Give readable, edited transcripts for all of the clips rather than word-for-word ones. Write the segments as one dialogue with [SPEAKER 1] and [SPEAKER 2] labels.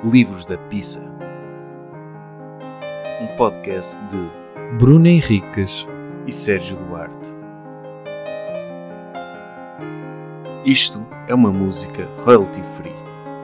[SPEAKER 1] Livros da Pizza, um podcast de
[SPEAKER 2] Bruno Henriques
[SPEAKER 1] e Sérgio Duarte. Isto é uma música royalty free.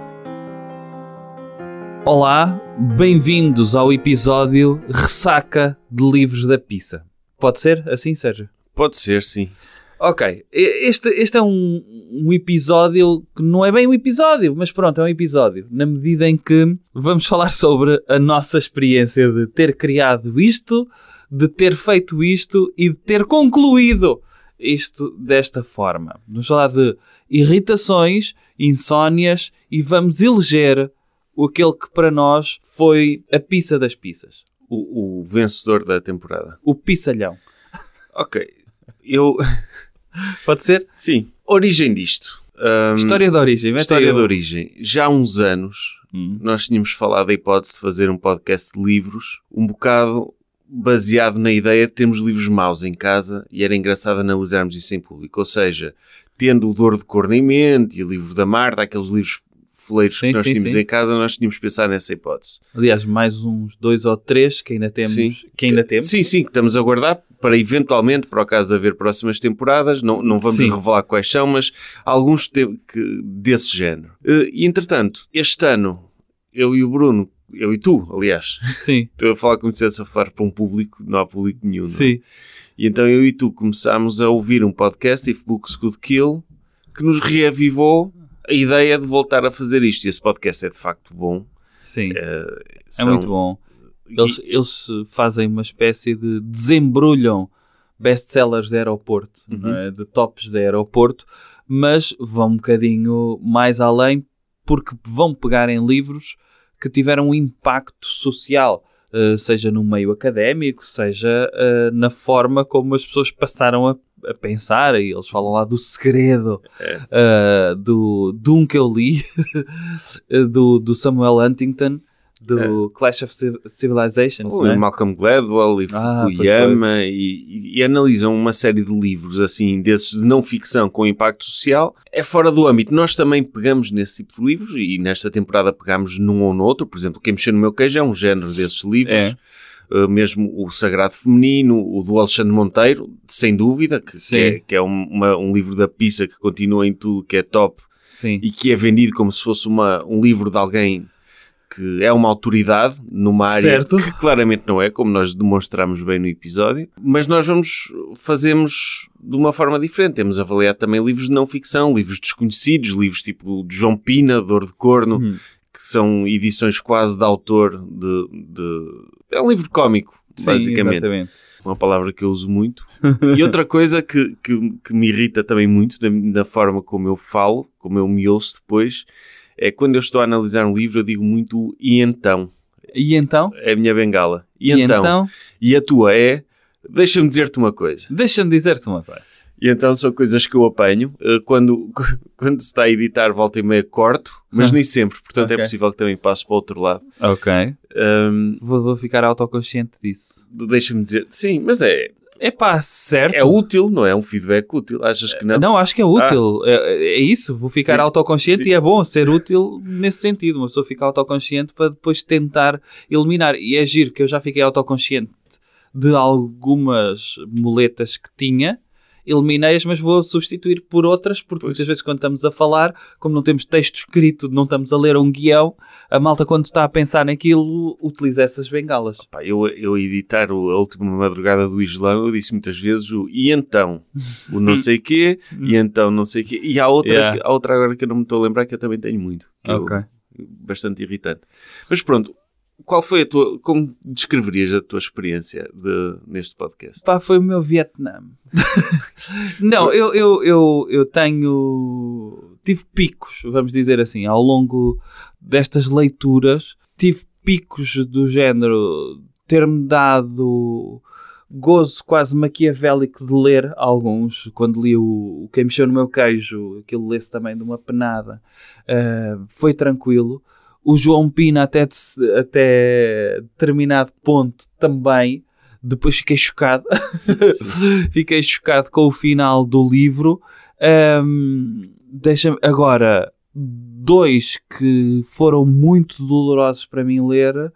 [SPEAKER 2] Olá, bem-vindos ao episódio Ressaca de Livros da Pizza. Pode ser assim, Sérgio?
[SPEAKER 1] Pode ser, sim.
[SPEAKER 2] Ok, este é um episódio que não é bem um episódio, mas pronto, é um episódio. Na medida em que vamos falar sobre a nossa experiência de ter criado isto, de ter feito isto e de ter concluído isto desta forma. Vamos falar de irritações, insónias e vamos eleger aquele que para nós foi a pizza das pizzas.
[SPEAKER 1] O vencedor da temporada.
[SPEAKER 2] O pizzalhão.
[SPEAKER 1] Ok,
[SPEAKER 2] Pode ser?
[SPEAKER 1] Sim. Origem disto.
[SPEAKER 2] História de origem.
[SPEAKER 1] História de origem. Já há uns anos, nós tínhamos falado da hipótese de fazer um podcast de livros, um bocado baseado na ideia de termos livros maus em casa e era engraçado analisarmos isso em público. Ou seja, tendo o Dor de Corno em mente e o livro da Marta, aqueles livros foleiros que nós tínhamos em casa, nós tínhamos pensado nessa hipótese.
[SPEAKER 2] Aliás, mais uns 2 ou 3 que ainda temos.
[SPEAKER 1] Sim.
[SPEAKER 2] Que ainda temos.
[SPEAKER 1] Sim, que estamos a guardar para eventualmente, para o caso de haver próximas temporadas, não vamos revelar quais são, mas alguns desse género. E entretanto, este ano, eu e o Bruno, eu e tu, aliás,
[SPEAKER 2] Sim.
[SPEAKER 1] estou a falar como se estivesse a falar para um público, não há público nenhum.
[SPEAKER 2] Sim.
[SPEAKER 1] Não? E então eu e tu começámos a ouvir um podcast, If Books Could Kill, que nos reavivou a ideia de voltar a fazer isto. E esse podcast é de facto bom.
[SPEAKER 2] Sim, é muito bom. Eles fazem uma espécie de desembrulham best-sellers de aeroporto, não é? De tops de aeroporto, mas vão um bocadinho mais além porque vão pegar em livros que tiveram um impacto social, seja no meio académico, seja na forma como as pessoas passaram a pensar, e eles falam lá do segredo de um que eu li do Samuel Huntington, do Clash of Civilizations,
[SPEAKER 1] não é? Malcolm Gladwell e Fukuyama e analisam uma série de livros assim, desses de não ficção com impacto social. É fora do âmbito. Nós também pegamos nesse tipo de livros e nesta temporada pegamos num ou no outro. Por exemplo, Quem Mexeu no Meu Queijo é um género desses livros. Mesmo o Sagrado Feminino, o do Alexandre Monteiro, sem dúvida, que é um livro da pizza que continua em tudo que é top.
[SPEAKER 2] Sim.
[SPEAKER 1] E que é vendido como se fosse um livro de alguém que é uma autoridade numa área que claramente não é, como nós demonstramos bem no episódio, mas nós fazemos de uma forma diferente. Temos avaliado também livros de não ficção, livros desconhecidos, livros tipo de João Pina, Dor de Corno, que são edições quase de autor é um livro cómico, basicamente.
[SPEAKER 2] Exatamente.
[SPEAKER 1] Uma palavra que eu uso muito. E outra coisa que me irrita também muito na forma como eu falo, como eu me ouço depois, é quando eu estou a analisar um livro, eu digo muito e então.
[SPEAKER 2] E então?
[SPEAKER 1] É a minha bengala. E então? E a tua é, deixa-me dizer-te uma coisa.
[SPEAKER 2] Deixa-me dizer-te uma coisa.
[SPEAKER 1] E então são coisas que eu apanho. Quando se está a editar, volta e meia corto, mas nem sempre. Portanto, é possível que também passe para o outro lado.
[SPEAKER 2] Ok. Vou ficar autoconsciente disso.
[SPEAKER 1] Deixa-me dizer. Sim, mas é
[SPEAKER 2] certo.
[SPEAKER 1] É útil, não é? Um feedback útil. Achas que não?
[SPEAKER 2] Não, acho que é útil. É isso. Vou ficar autoconsciente e é bom ser útil nesse sentido. Uma pessoa fica autoconsciente para depois tentar eliminar. E é giro que eu já fiquei autoconsciente de algumas muletas que tinha. Eliminei-as, mas vou substituir por outras, porque muitas vezes quando estamos a falar, como não temos texto escrito, não estamos a ler um guião, a malta quando está a pensar naquilo, utiliza essas bengalas.
[SPEAKER 1] Eu editar a última madrugada do Islão, eu disse muitas vezes e então, o não sei quê, e então não sei quê, e há outra agora que eu não me estou a lembrar que eu também tenho muito, que bastante irritante. Mas pronto, qual foi como descreverias a tua experiência neste podcast?
[SPEAKER 2] Foi o meu Vietnã. Não, eu tive picos, vamos dizer assim, ao longo destas leituras, tive picos do género ter-me dado gozo quase maquiavélico de ler alguns. Quando li o Quem Mexeu no Meu Queijo, aquilo lê-se também de uma penada, foi tranquilo. O João Pina até determinado ponto também. Depois fiquei chocado. Fiquei chocado com o final do livro. Deixa-me agora, 2 que foram muito dolorosos para mim ler,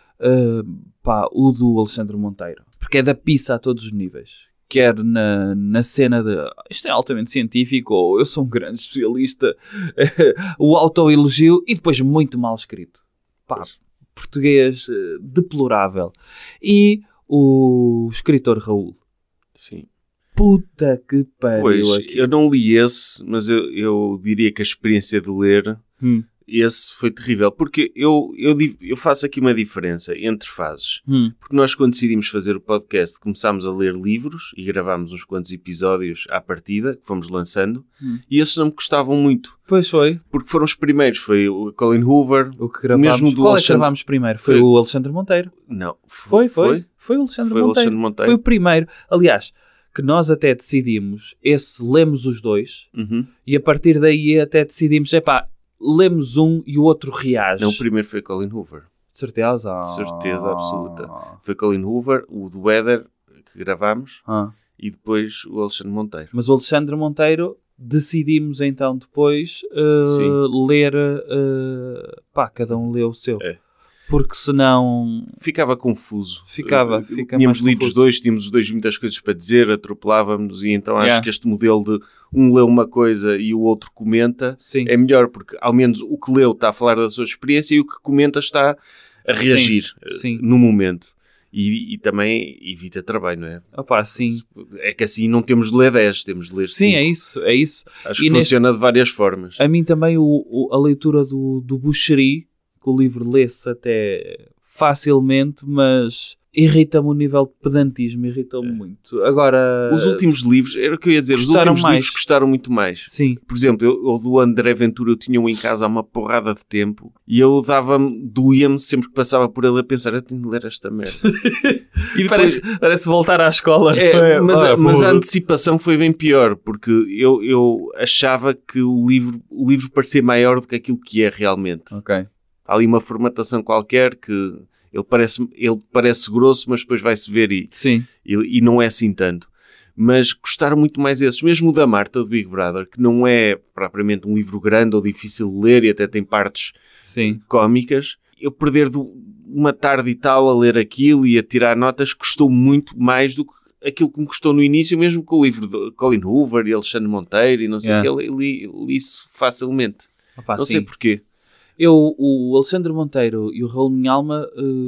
[SPEAKER 2] o do Alexandre Monteiro. Porque é da pizza a todos os níveis. Quer na cena de isto é altamente científico, ou eu sou um grande especialista, o autoelogio, e depois muito mal escrito. Português deplorável. E o escritor Raul.
[SPEAKER 1] Sim.
[SPEAKER 2] Puta que pariu.
[SPEAKER 1] Pois,
[SPEAKER 2] aqui.
[SPEAKER 1] eu não li esse, mas eu diria que a experiência de ler esse foi terrível. Porque eu faço aqui uma diferença entre fases. Porque nós, quando decidimos fazer o podcast, começámos a ler livros e gravámos uns quantos episódios à partida, que fomos lançando, e esses não me gostavam muito.
[SPEAKER 2] Pois foi.
[SPEAKER 1] Porque foram os primeiros. Foi o Colin Hoover.
[SPEAKER 2] O que gravámos.
[SPEAKER 1] Mesmo do
[SPEAKER 2] Qual é que gravámos primeiro? Foi o Alexandre Monteiro.
[SPEAKER 1] Não.
[SPEAKER 2] Foi o Alexandre Monteiro. Foi o primeiro. Aliás, que nós até decidimos, lemos os dois, e a partir daí até decidimos, lemos um e o outro reage.
[SPEAKER 1] Não, o primeiro foi Colin Hoover.
[SPEAKER 2] De certeza?
[SPEAKER 1] Certeza absoluta. Foi Colin Hoover, o do Weather, que gravámos, e depois o Alexandre Monteiro.
[SPEAKER 2] Mas o Alexandre Monteiro, decidimos então depois ler, cada um leu o seu. Porque senão...
[SPEAKER 1] Ficava confuso.
[SPEAKER 2] Tínhamos
[SPEAKER 1] lido os dois, tínhamos os dois muitas coisas para dizer, atropelávamos, e então acho que este modelo de um lê uma coisa e o outro comenta é melhor, porque ao menos o que leu está a falar da sua experiência e o que comenta está a reagir no momento. E também evita trabalho, não é?
[SPEAKER 2] Sim.
[SPEAKER 1] É que assim não temos de ler 10, temos de ler 5.
[SPEAKER 2] Sim, é isso.
[SPEAKER 1] Acho que funciona de várias formas.
[SPEAKER 2] A mim também a leitura do Buxeri, que o livro lê-se até facilmente, mas irrita-me o nível de pedantismo, irrita-me muito. Agora...
[SPEAKER 1] Os últimos livros, era o que eu ia dizer, os últimos livros gostaram muito mais.
[SPEAKER 2] Sim.
[SPEAKER 1] Por exemplo, eu do André Ventura, eu tinha um em casa há uma porrada de tempo, e eu doía-me sempre que passava por ele a pensar, eu tenho de ler esta merda.
[SPEAKER 2] E depois... parece voltar à escola.
[SPEAKER 1] Mas a antecipação foi bem pior, porque eu achava que o livro parecia maior do que aquilo que é realmente.
[SPEAKER 2] Ok.
[SPEAKER 1] Há ali uma formatação qualquer que ele parece grosso, mas depois vai-se ver e não é assim tanto. Mas gostaram muito mais esses. Mesmo o da Marta, do Big Brother, que não é propriamente um livro grande ou difícil de ler e até tem partes cómicas. Eu perder uma tarde e tal a ler aquilo e a tirar notas custou muito mais do que aquilo que me custou no início, mesmo com o livro de Colin Hoover e Alexandre Monteiro e não sei o que. Eu li isso facilmente. Não sei porquê.
[SPEAKER 2] O Alexandre Monteiro e o Raul Minhalma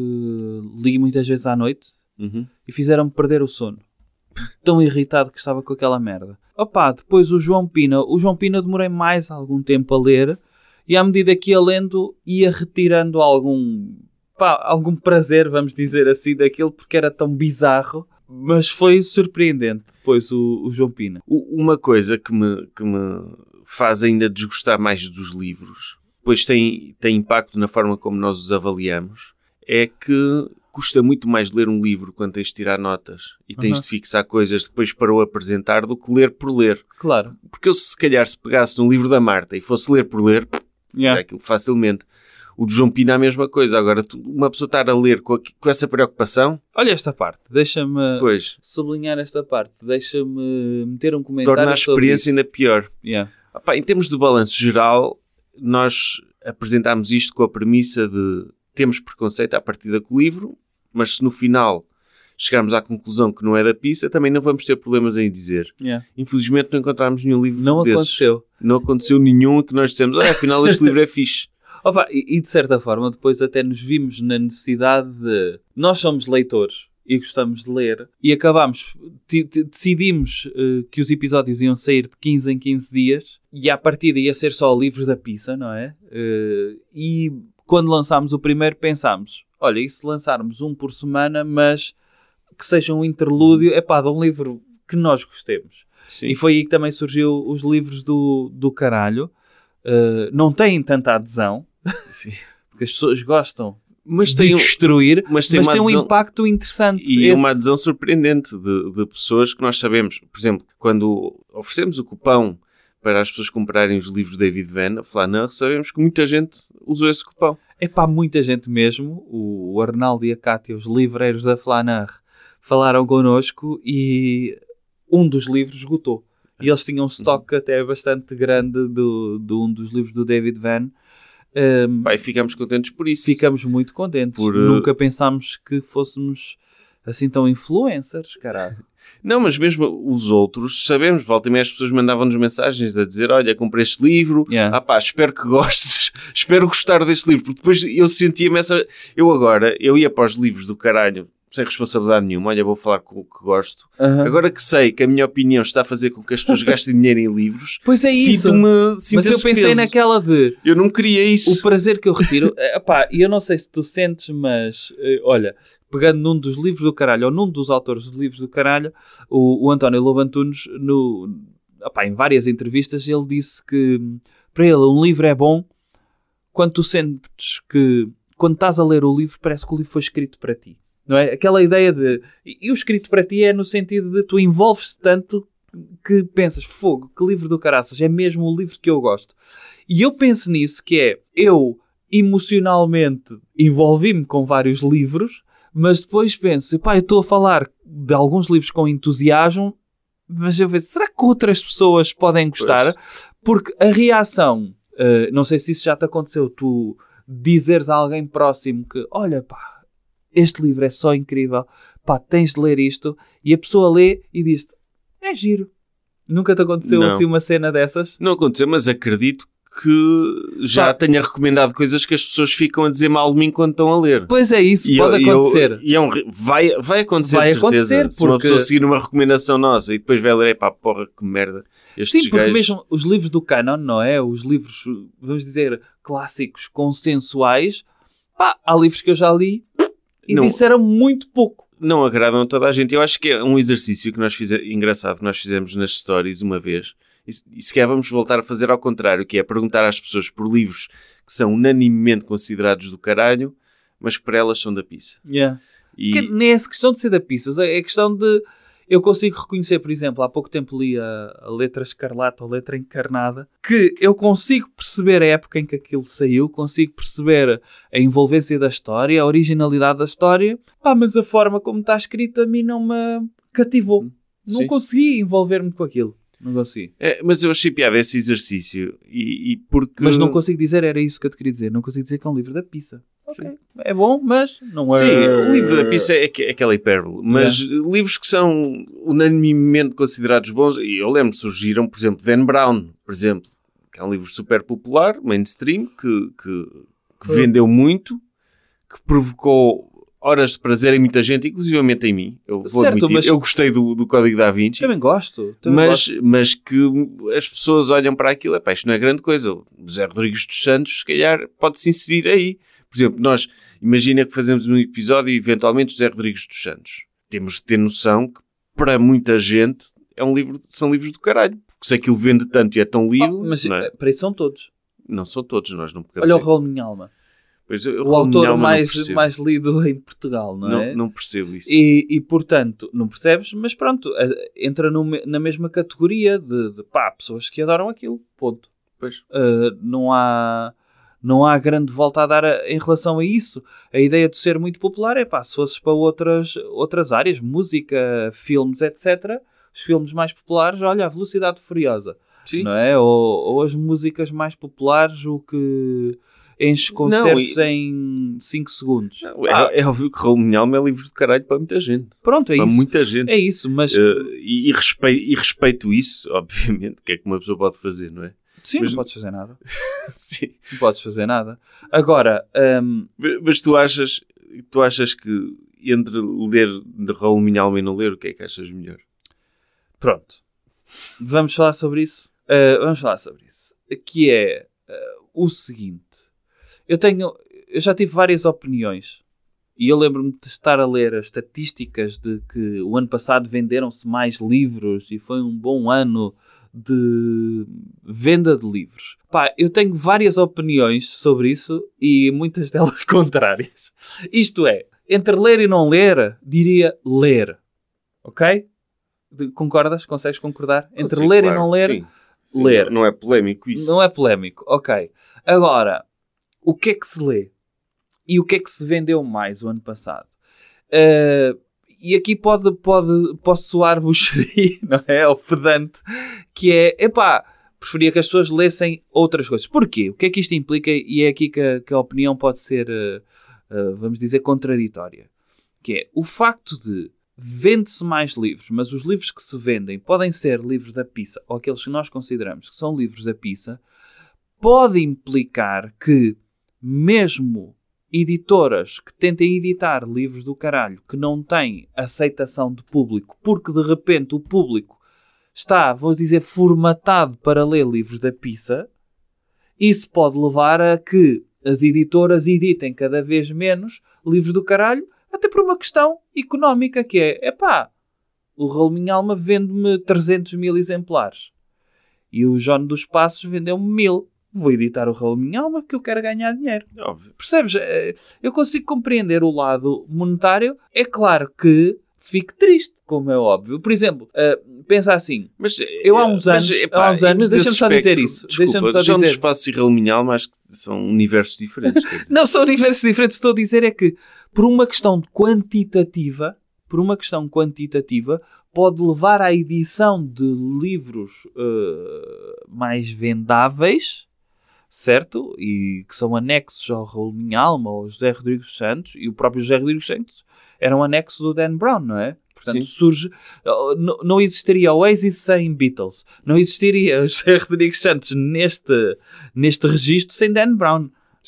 [SPEAKER 2] li muitas vezes à noite e fizeram-me perder o sono. Tão irritado que estava com aquela merda. Depois o João Pina demorei mais algum tempo a ler e à medida que ia lendo ia retirando algum prazer, vamos dizer assim, daquilo, porque era tão bizarro. Mas foi surpreendente depois o João Pina.
[SPEAKER 1] Uma coisa que me faz ainda desgostar mais dos livros, depois tem impacto na forma como nós os avaliamos, é que custa muito mais ler um livro quando tens de tirar notas e tens de fixar coisas depois para o apresentar do que ler por ler.
[SPEAKER 2] Claro.
[SPEAKER 1] Porque eu, se calhar, se pegasse no livro da Marta e fosse ler por ler, aquilo facilmente. O de João Pina é a mesma coisa. Agora, uma pessoa estar a ler com essa preocupação...
[SPEAKER 2] Olha esta parte. Deixa-me sublinhar esta parte. Deixa-me meter um comentário.
[SPEAKER 1] Torna a experiência ainda pior. Em termos de balanço geral, nós apresentámos isto com a premissa de temos preconceito à partida com o livro, mas se no final chegarmos à conclusão que não é da pizza, também não vamos ter problemas em dizer. Infelizmente não encontramos nenhum livro desses. Não aconteceu nenhum que nós dissemos, afinal este livro é fixe.
[SPEAKER 2] E de certa forma depois até nos vimos na necessidade de... Nós somos leitores e gostamos de ler e acabámos, decidimos que os episódios iam sair de 15 em 15 dias e à partida ia ser só livros da pizza, não é? E quando lançámos o primeiro pensámos, olha, e se lançarmos um por semana, mas que seja um interlúdio, de um livro que nós gostemos.
[SPEAKER 1] Sim.
[SPEAKER 2] E foi aí que também surgiu os livros do caralho. Não têm tanta adesão, porque as pessoas gostam de destruir, mas tem um impacto interessante.
[SPEAKER 1] E uma adesão surpreendente de pessoas que nós sabemos. Por exemplo, quando oferecemos o cupão para as pessoas comprarem os livros de David Venn, a Flaneur, sabemos que muita gente usou esse cupão.
[SPEAKER 2] Muita gente mesmo. O Arnaldo e a Cátia, os livreiros da Flaneur, falaram connosco e um dos livros esgotou. E eles tinham um estoque até bastante grande de um dos livros do David Vann.
[SPEAKER 1] Pai, ficamos contentes por isso.
[SPEAKER 2] Ficamos muito contentes. Nunca pensámos que fôssemos assim tão influencers, caralho.
[SPEAKER 1] Não, mas mesmo os outros, sabemos, volta e meia as pessoas mandavam-nos mensagens a dizer, olha, comprei este livro, espero que gostes, espero gostar deste livro, porque depois eu sentia-me essa... Eu ia para os livros do caralho, sem responsabilidade nenhuma, olha, vou falar com o que gosto. Agora que sei que a minha opinião está a fazer com que as pessoas gastem dinheiro em livros,
[SPEAKER 2] pois é isso. Mas eu pensei peso. Naquela de...
[SPEAKER 1] Eu não queria isso.
[SPEAKER 2] O prazer que eu retiro... E eu não sei se tu sentes, mas... olha, pegando num dos livros do caralho, ou num dos autores dos livros do caralho, o António Lobo Antunes, em várias entrevistas, ele disse que, para ele, um livro é bom quando tu sentes que, quando estás a ler o livro, parece que o livro foi escrito para ti. Não é? Aquela ideia de... E o escrito para ti é no sentido de tu envolves-te tanto que pensas, fogo, que livro do caraças, é mesmo o livro que eu gosto. E eu penso nisso, que é, eu emocionalmente envolvi-me com vários livros, mas depois penso, eu estou a falar de alguns livros com entusiasmo, mas eu vejo, será que outras pessoas podem gostar? Pois. Porque a reação, não sei se isso já te aconteceu, tu dizeres a alguém próximo que, olha, este livro é só incrível, tens de ler isto, e a pessoa lê e diz-te, é giro. Nunca te aconteceu assim uma cena dessas?
[SPEAKER 1] Não aconteceu, mas acredito que já tenha recomendado coisas que as pessoas ficam a dizer mal de mim quando estão a ler.
[SPEAKER 2] Pois é isso, pode acontecer.
[SPEAKER 1] Vai acontecer, de certeza. Se uma pessoa seguir uma recomendação nossa e depois vai ler, porra, que merda.
[SPEAKER 2] Sim, porque mesmo os livros do canon, não é? Os livros, vamos dizer, clássicos, consensuais, há livros que eu já li e disseram muito pouco.
[SPEAKER 1] Não agradam a toda a gente. Eu acho que é um exercício que nós engraçado que nós fizemos nas stories uma vez. E se quer vamos voltar a fazer ao contrário, que é perguntar às pessoas por livros que são unanimemente considerados do caralho, mas que para elas são da pizza.
[SPEAKER 2] Que nem é questão de ser da pizza, é questão de... Eu consigo reconhecer, por exemplo, há pouco tempo li a Letra Escarlata ou Letra Encarnada, que eu consigo perceber a época em que aquilo saiu, consigo perceber a envolvência da história, a originalidade da história, mas a forma como está escrita a mim não me cativou. Não consegui envolver-me com aquilo. Não consegui.
[SPEAKER 1] Mas eu achei piada esse exercício e porque...
[SPEAKER 2] Mas não consigo dizer, era isso que eu te queria dizer, não consigo dizer que é um livro da pizza. Okay. É bom, mas não é...
[SPEAKER 1] Sim, o livro da pizza é aquela hipérbole, mas livros que são unanimemente considerados bons, e eu lembro, surgiram, por exemplo, Dan Brown, por exemplo, que é um livro super popular, mainstream, que vendeu muito, que provocou horas de prazer em muita gente, inclusivamente em mim. Eu vou admitir, mas eu gostei do Código Da Vinci.
[SPEAKER 2] Também gosto.
[SPEAKER 1] Mas que as pessoas olham para aquilo, isto não é grande coisa. O José Rodrigues dos Santos, se calhar, pode-se inserir aí. Por exemplo, nós, imagina que fazemos um episódio e eventualmente José Rodrigues dos Santos. Temos de ter noção que, para muita gente, são livros do caralho. Porque se aquilo vende tanto e é tão lido...
[SPEAKER 2] mas
[SPEAKER 1] não é?
[SPEAKER 2] Para isso são todos.
[SPEAKER 1] Não são todos, nós não pegamos.
[SPEAKER 2] Olha o Raul Minha Alma.
[SPEAKER 1] Pois,
[SPEAKER 2] o autor mais lido em Portugal, não é?
[SPEAKER 1] Não percebo isso.
[SPEAKER 2] E portanto, não percebes, mas pronto, entra na mesma categoria de pessoas que adoram aquilo, ponto.
[SPEAKER 1] Pois.
[SPEAKER 2] Não há grande volta a dar em relação a isso. A ideia de ser muito popular é, se fosses para outras áreas, música, filmes, etc., os filmes mais populares, olha, a Velocidade Furiosa. Sim. Não é? Ou as músicas mais populares, o que... enche concertos em 5 segundos.
[SPEAKER 1] É óbvio que Raul Minha Alma é livro de caralho para muita gente.
[SPEAKER 2] Pronto, é
[SPEAKER 1] para
[SPEAKER 2] isso.
[SPEAKER 1] Muita gente.
[SPEAKER 2] É isso, mas...
[SPEAKER 1] E respeito isso, obviamente, o que é que uma pessoa pode fazer, não é?
[SPEAKER 2] Sim, mas... não podes fazer nada.
[SPEAKER 1] Sim.
[SPEAKER 2] Não podes fazer nada. Agora...
[SPEAKER 1] Mas tu achas que entre ler de Raul Minha Alma e não ler, o que é que achas melhor?
[SPEAKER 2] Pronto. Vamos falar sobre isso? Que é o seguinte. Eu já tive várias opiniões e eu lembro-me de estar a ler as estatísticas de que o ano passado venderam-se mais livros e foi um bom ano de venda de livros. Eu tenho várias opiniões sobre isso e muitas delas contrárias. Isto é, entre ler e não ler, diria ler. Ok? Concordas? Consegues concordar? Entre ler e não ler,
[SPEAKER 1] sim,
[SPEAKER 2] ler.
[SPEAKER 1] Não é polémico isso.
[SPEAKER 2] Não é polémico, ok. Agora... o que é que se lê? E o que é que se vendeu mais o ano passado? E aqui posso soar buxeri, não é? Ou pedante, que é, preferia que as pessoas lessem outras coisas. Porquê? O que é que isto implica? E é aqui que a opinião pode ser, vamos dizer, contraditória. Que é o facto de vende-se mais livros, mas os livros que se vendem podem ser livros da pizza, ou aqueles que nós consideramos que são livros da pizza, pode implicar que mesmo editoras que tentem editar livros do caralho que não têm aceitação de público, porque de repente o público está, vou dizer, formatado para ler livros da pizza, isso pode levar a que as editoras editem cada vez menos livros do caralho, até por uma questão económica, que é, o Raul Minha Alma vende-me 300 mil exemplares e o João dos Passos vendeu-me 1000. Vou editar o Raul Minha Alma porque eu quero ganhar dinheiro.
[SPEAKER 1] Óbvio.
[SPEAKER 2] Percebes? Eu consigo compreender o lado monetário. É claro que fico triste, como é óbvio. Por exemplo, pensa assim.
[SPEAKER 1] Mas,
[SPEAKER 2] eu há uns anos, deixa-me só dizer isso.
[SPEAKER 1] Desculpa, João dos Passos e Raul Minha Alma acho que são universos diferentes.
[SPEAKER 2] Não são universos diferentes. Estou a dizer é que por uma questão quantitativa, pode levar à edição de livros mais vendáveis, certo? E que são anexos ao Raul Minha Alma, ao José Rodrigues Santos, e o próprio José Rodrigues Santos era um anexo do Dan Brown, não é? Portanto, surge... Não existiria Oasis sem Beatles. Não existiria José Rodrigues Santos neste registro sem Dan Brown.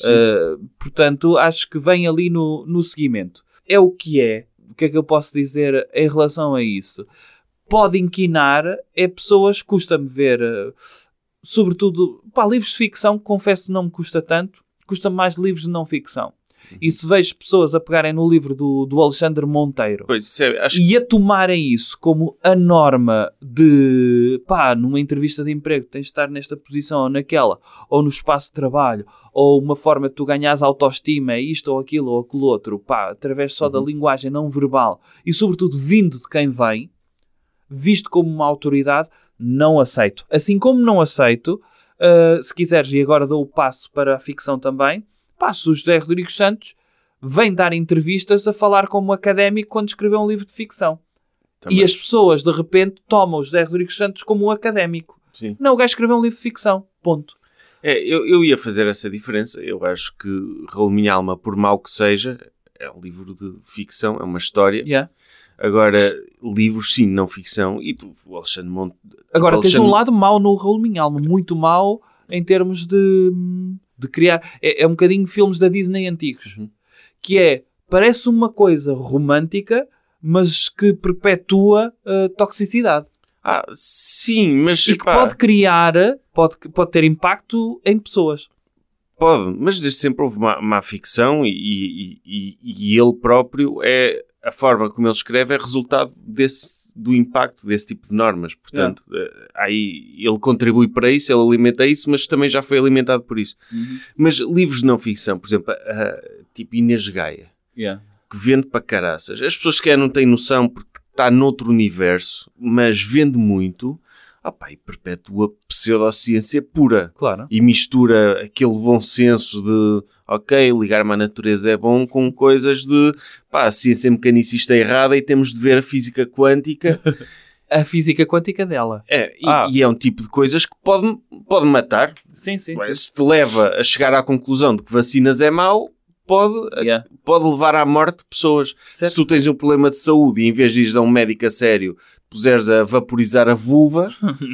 [SPEAKER 2] Portanto, acho que vem ali no seguimento. É o que é. O que é que eu posso dizer em relação a isso? Pode inquinar pessoas, custa-me ver... sobretudo, livros de ficção, confesso que não me custa tanto, custa mais livros de não ficção. E se vejo pessoas a pegarem no livro do Alexandre Monteiro e a tomarem isso como a norma de, numa entrevista de emprego tens de estar nesta posição ou naquela, ou no espaço de trabalho, ou uma forma de tu ganhares autoestima, é isto ou aquilo ou aquilo outro, através só da linguagem não verbal e sobretudo vindo de quem vem, visto como uma autoridade, não aceito. Assim como não aceito, se quiseres, e agora dou o passo para a ficção também, se o José Rodrigues Santos vem dar entrevistas a falar como académico quando escreveu um livro de ficção. Também. E as pessoas, de repente, tomam o José Rodrigues Santos como um académico.
[SPEAKER 1] Sim.
[SPEAKER 2] Não, o gajo escreveu um livro de ficção. Ponto.
[SPEAKER 1] Eu ia fazer essa diferença. Eu acho que Raul Minha Alma, por mau que seja, é um livro de ficção, é uma história.
[SPEAKER 2] Yeah.
[SPEAKER 1] Agora, livros, sim, não ficção. E tu, o Alexandre Monte...
[SPEAKER 2] Agora, tens um lado mau no Raul Minha Alma. Muito mau em termos de criar... É um bocadinho filmes da Disney antigos. Que parece uma coisa romântica, mas que perpetua toxicidade.
[SPEAKER 1] Sim, mas...
[SPEAKER 2] E que pode criar... Pode ter impacto em pessoas.
[SPEAKER 1] Pode, mas desde sempre houve má ficção e ele próprio a forma como ele escreve é resultado do impacto desse tipo de normas. Portanto, aí ele contribui para isso, ele alimenta isso, mas também já foi alimentado por isso. Mas livros de não ficção, por exemplo, tipo Inês Gaia, que vende para caraças. As pessoas que não têm noção porque está noutro universo, mas vende muito... e perpetua pseudociência pura.
[SPEAKER 2] Claro.
[SPEAKER 1] E mistura aquele bom senso de ligar-me à natureza é bom com coisas de a ciência mecanicista é errada e temos de ver a física quântica.
[SPEAKER 2] A física quântica dela.
[SPEAKER 1] E é um tipo de coisas que pode matar.
[SPEAKER 2] Sim.
[SPEAKER 1] Se te leva a chegar à conclusão de que vacinas é mau, pode levar à morte de pessoas.
[SPEAKER 2] Certo.
[SPEAKER 1] Se tu tens um problema de saúde e em vez de ires a um médico a sério puseres a vaporizar a vulva,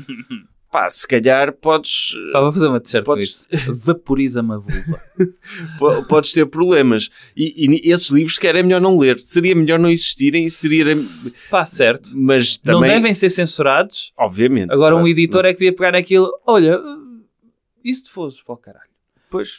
[SPEAKER 1] se calhar podes...
[SPEAKER 2] vou fazer uma t-shirt com isso. Vaporiza-me a vulva.
[SPEAKER 1] Podes ter problemas. E esses livros, sequer é melhor não ler. Seria melhor não existirem.
[SPEAKER 2] Certo.
[SPEAKER 1] Mas também...
[SPEAKER 2] Não devem ser censurados.
[SPEAKER 1] Obviamente.
[SPEAKER 2] Agora um editor é que devia pegar naquilo. Olha, e se te fosses para o caralho?
[SPEAKER 1] Pois...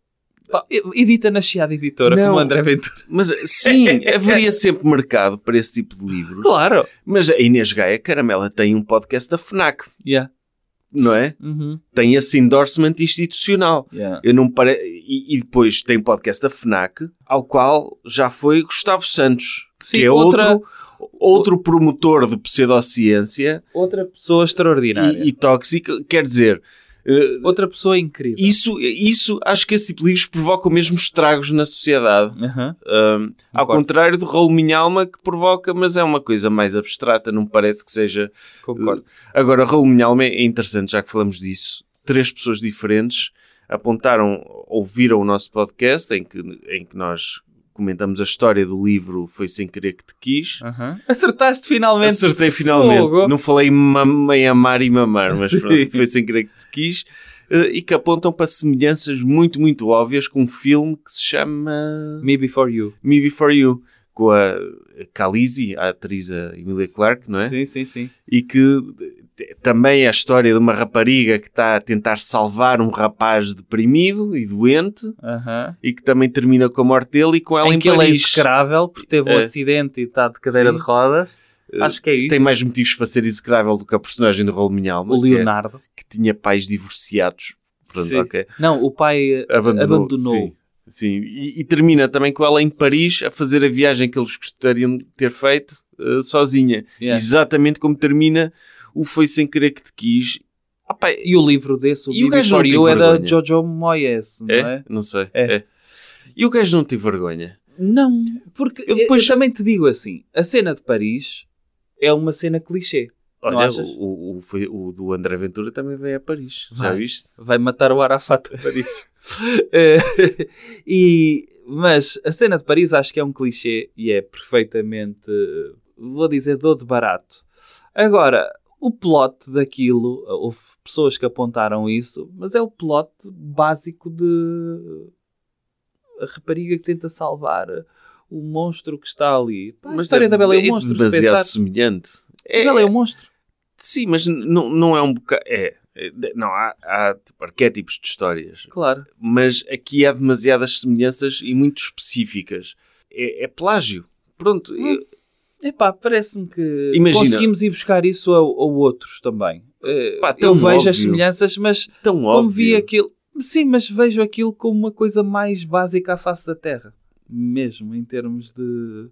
[SPEAKER 2] edita na Chiada Editora, como André Ventura.
[SPEAKER 1] Mas sim, haveria sempre mercado para esse tipo de livros.
[SPEAKER 2] Claro.
[SPEAKER 1] Mas a Inês Gaia, caramela, tem um podcast da FNAC. Não é? Tem esse endorsement institucional. Eu não e depois tem um podcast da FNAC, ao qual já foi Gustavo Santos,
[SPEAKER 2] sim,
[SPEAKER 1] que é outro promotor de pseudociência.
[SPEAKER 2] Outra pessoa extraordinária.
[SPEAKER 1] E tóxica. Quer dizer...
[SPEAKER 2] Outra pessoa incrível.
[SPEAKER 1] Isso, acho que esse tipo de livros provocam mesmo estragos na sociedade. Ao contrário do Rolo Minha Alma, que provoca, mas é uma coisa mais abstrata, não me parece que seja...
[SPEAKER 2] Concordo.
[SPEAKER 1] Agora, Rolo Minha Alma é interessante, já que falamos disso. 3 pessoas diferentes ouviram o nosso podcast, em que nós comentamos a história do livro Foi Sem Querer Que Te Quis.
[SPEAKER 2] Acertaste finalmente.
[SPEAKER 1] Acertei finalmente.
[SPEAKER 2] Fogo.
[SPEAKER 1] Não falei em amar e mamar, mas pronto, Foi Sem Querer Que Te Quis. E que apontam para semelhanças muito, muito óbvias com um filme que se chama...
[SPEAKER 2] Me Before You.
[SPEAKER 1] Me Before You. Com a Khaleesi, a atriz Emilia Clarke, não é?
[SPEAKER 2] Sim.
[SPEAKER 1] E que também é a história de uma rapariga que está a tentar salvar um rapaz deprimido e doente, e que também termina com a morte dele e com ela em
[SPEAKER 2] que
[SPEAKER 1] Paris.
[SPEAKER 2] Ele é execrável porque teve um acidente e está de cadeira de rodas. Acho que é isso.
[SPEAKER 1] Tem mais motivos para ser execrável do que a personagem do Rolo Minha Alma.
[SPEAKER 2] O Leonardo.
[SPEAKER 1] Que tinha pais divorciados. Pronto, okay.
[SPEAKER 2] Não, o pai abandonou.
[SPEAKER 1] Sim. E termina também com ela em Paris a fazer a viagem que eles gostariam de ter feito sozinha. Exatamente como termina o Foi Sem Querer Que Te Quis.
[SPEAKER 2] E o livro desse, o Me Before You, é da Jojo Moyes, não é?
[SPEAKER 1] Não sei. E o gajo não tem vergonha?
[SPEAKER 2] Não, porque eu também te digo assim, a cena de Paris é uma cena clichê.
[SPEAKER 1] Olha, o do André Ventura também veio a Paris. Já viste?
[SPEAKER 2] Vai matar o Arafat a Paris. Mas a cena de Paris acho que é um clichê e é perfeitamente, vou dizer, de barato. Agora, o plot daquilo, houve pessoas que apontaram isso, mas é o plot básico de a rapariga que tenta salvar o monstro que está ali. Mas a história da Bela e o Monstro.
[SPEAKER 1] É demasiado semelhante.
[SPEAKER 2] A Bela e o Monstro.
[SPEAKER 1] Sim, mas não é um bocado... Não, há tipo, arquétipos de histórias.
[SPEAKER 2] Claro.
[SPEAKER 1] Mas aqui há demasiadas semelhanças e muito específicas. É plágio. Pronto.
[SPEAKER 2] Parece-me que conseguimos ir buscar isso a outros também. Eu vejo óbvio. As semelhanças, mas
[SPEAKER 1] tão
[SPEAKER 2] como
[SPEAKER 1] óbvio.
[SPEAKER 2] Vi aquilo... Sim, mas vejo aquilo como uma coisa mais básica à face da Terra. Mesmo, em termos de...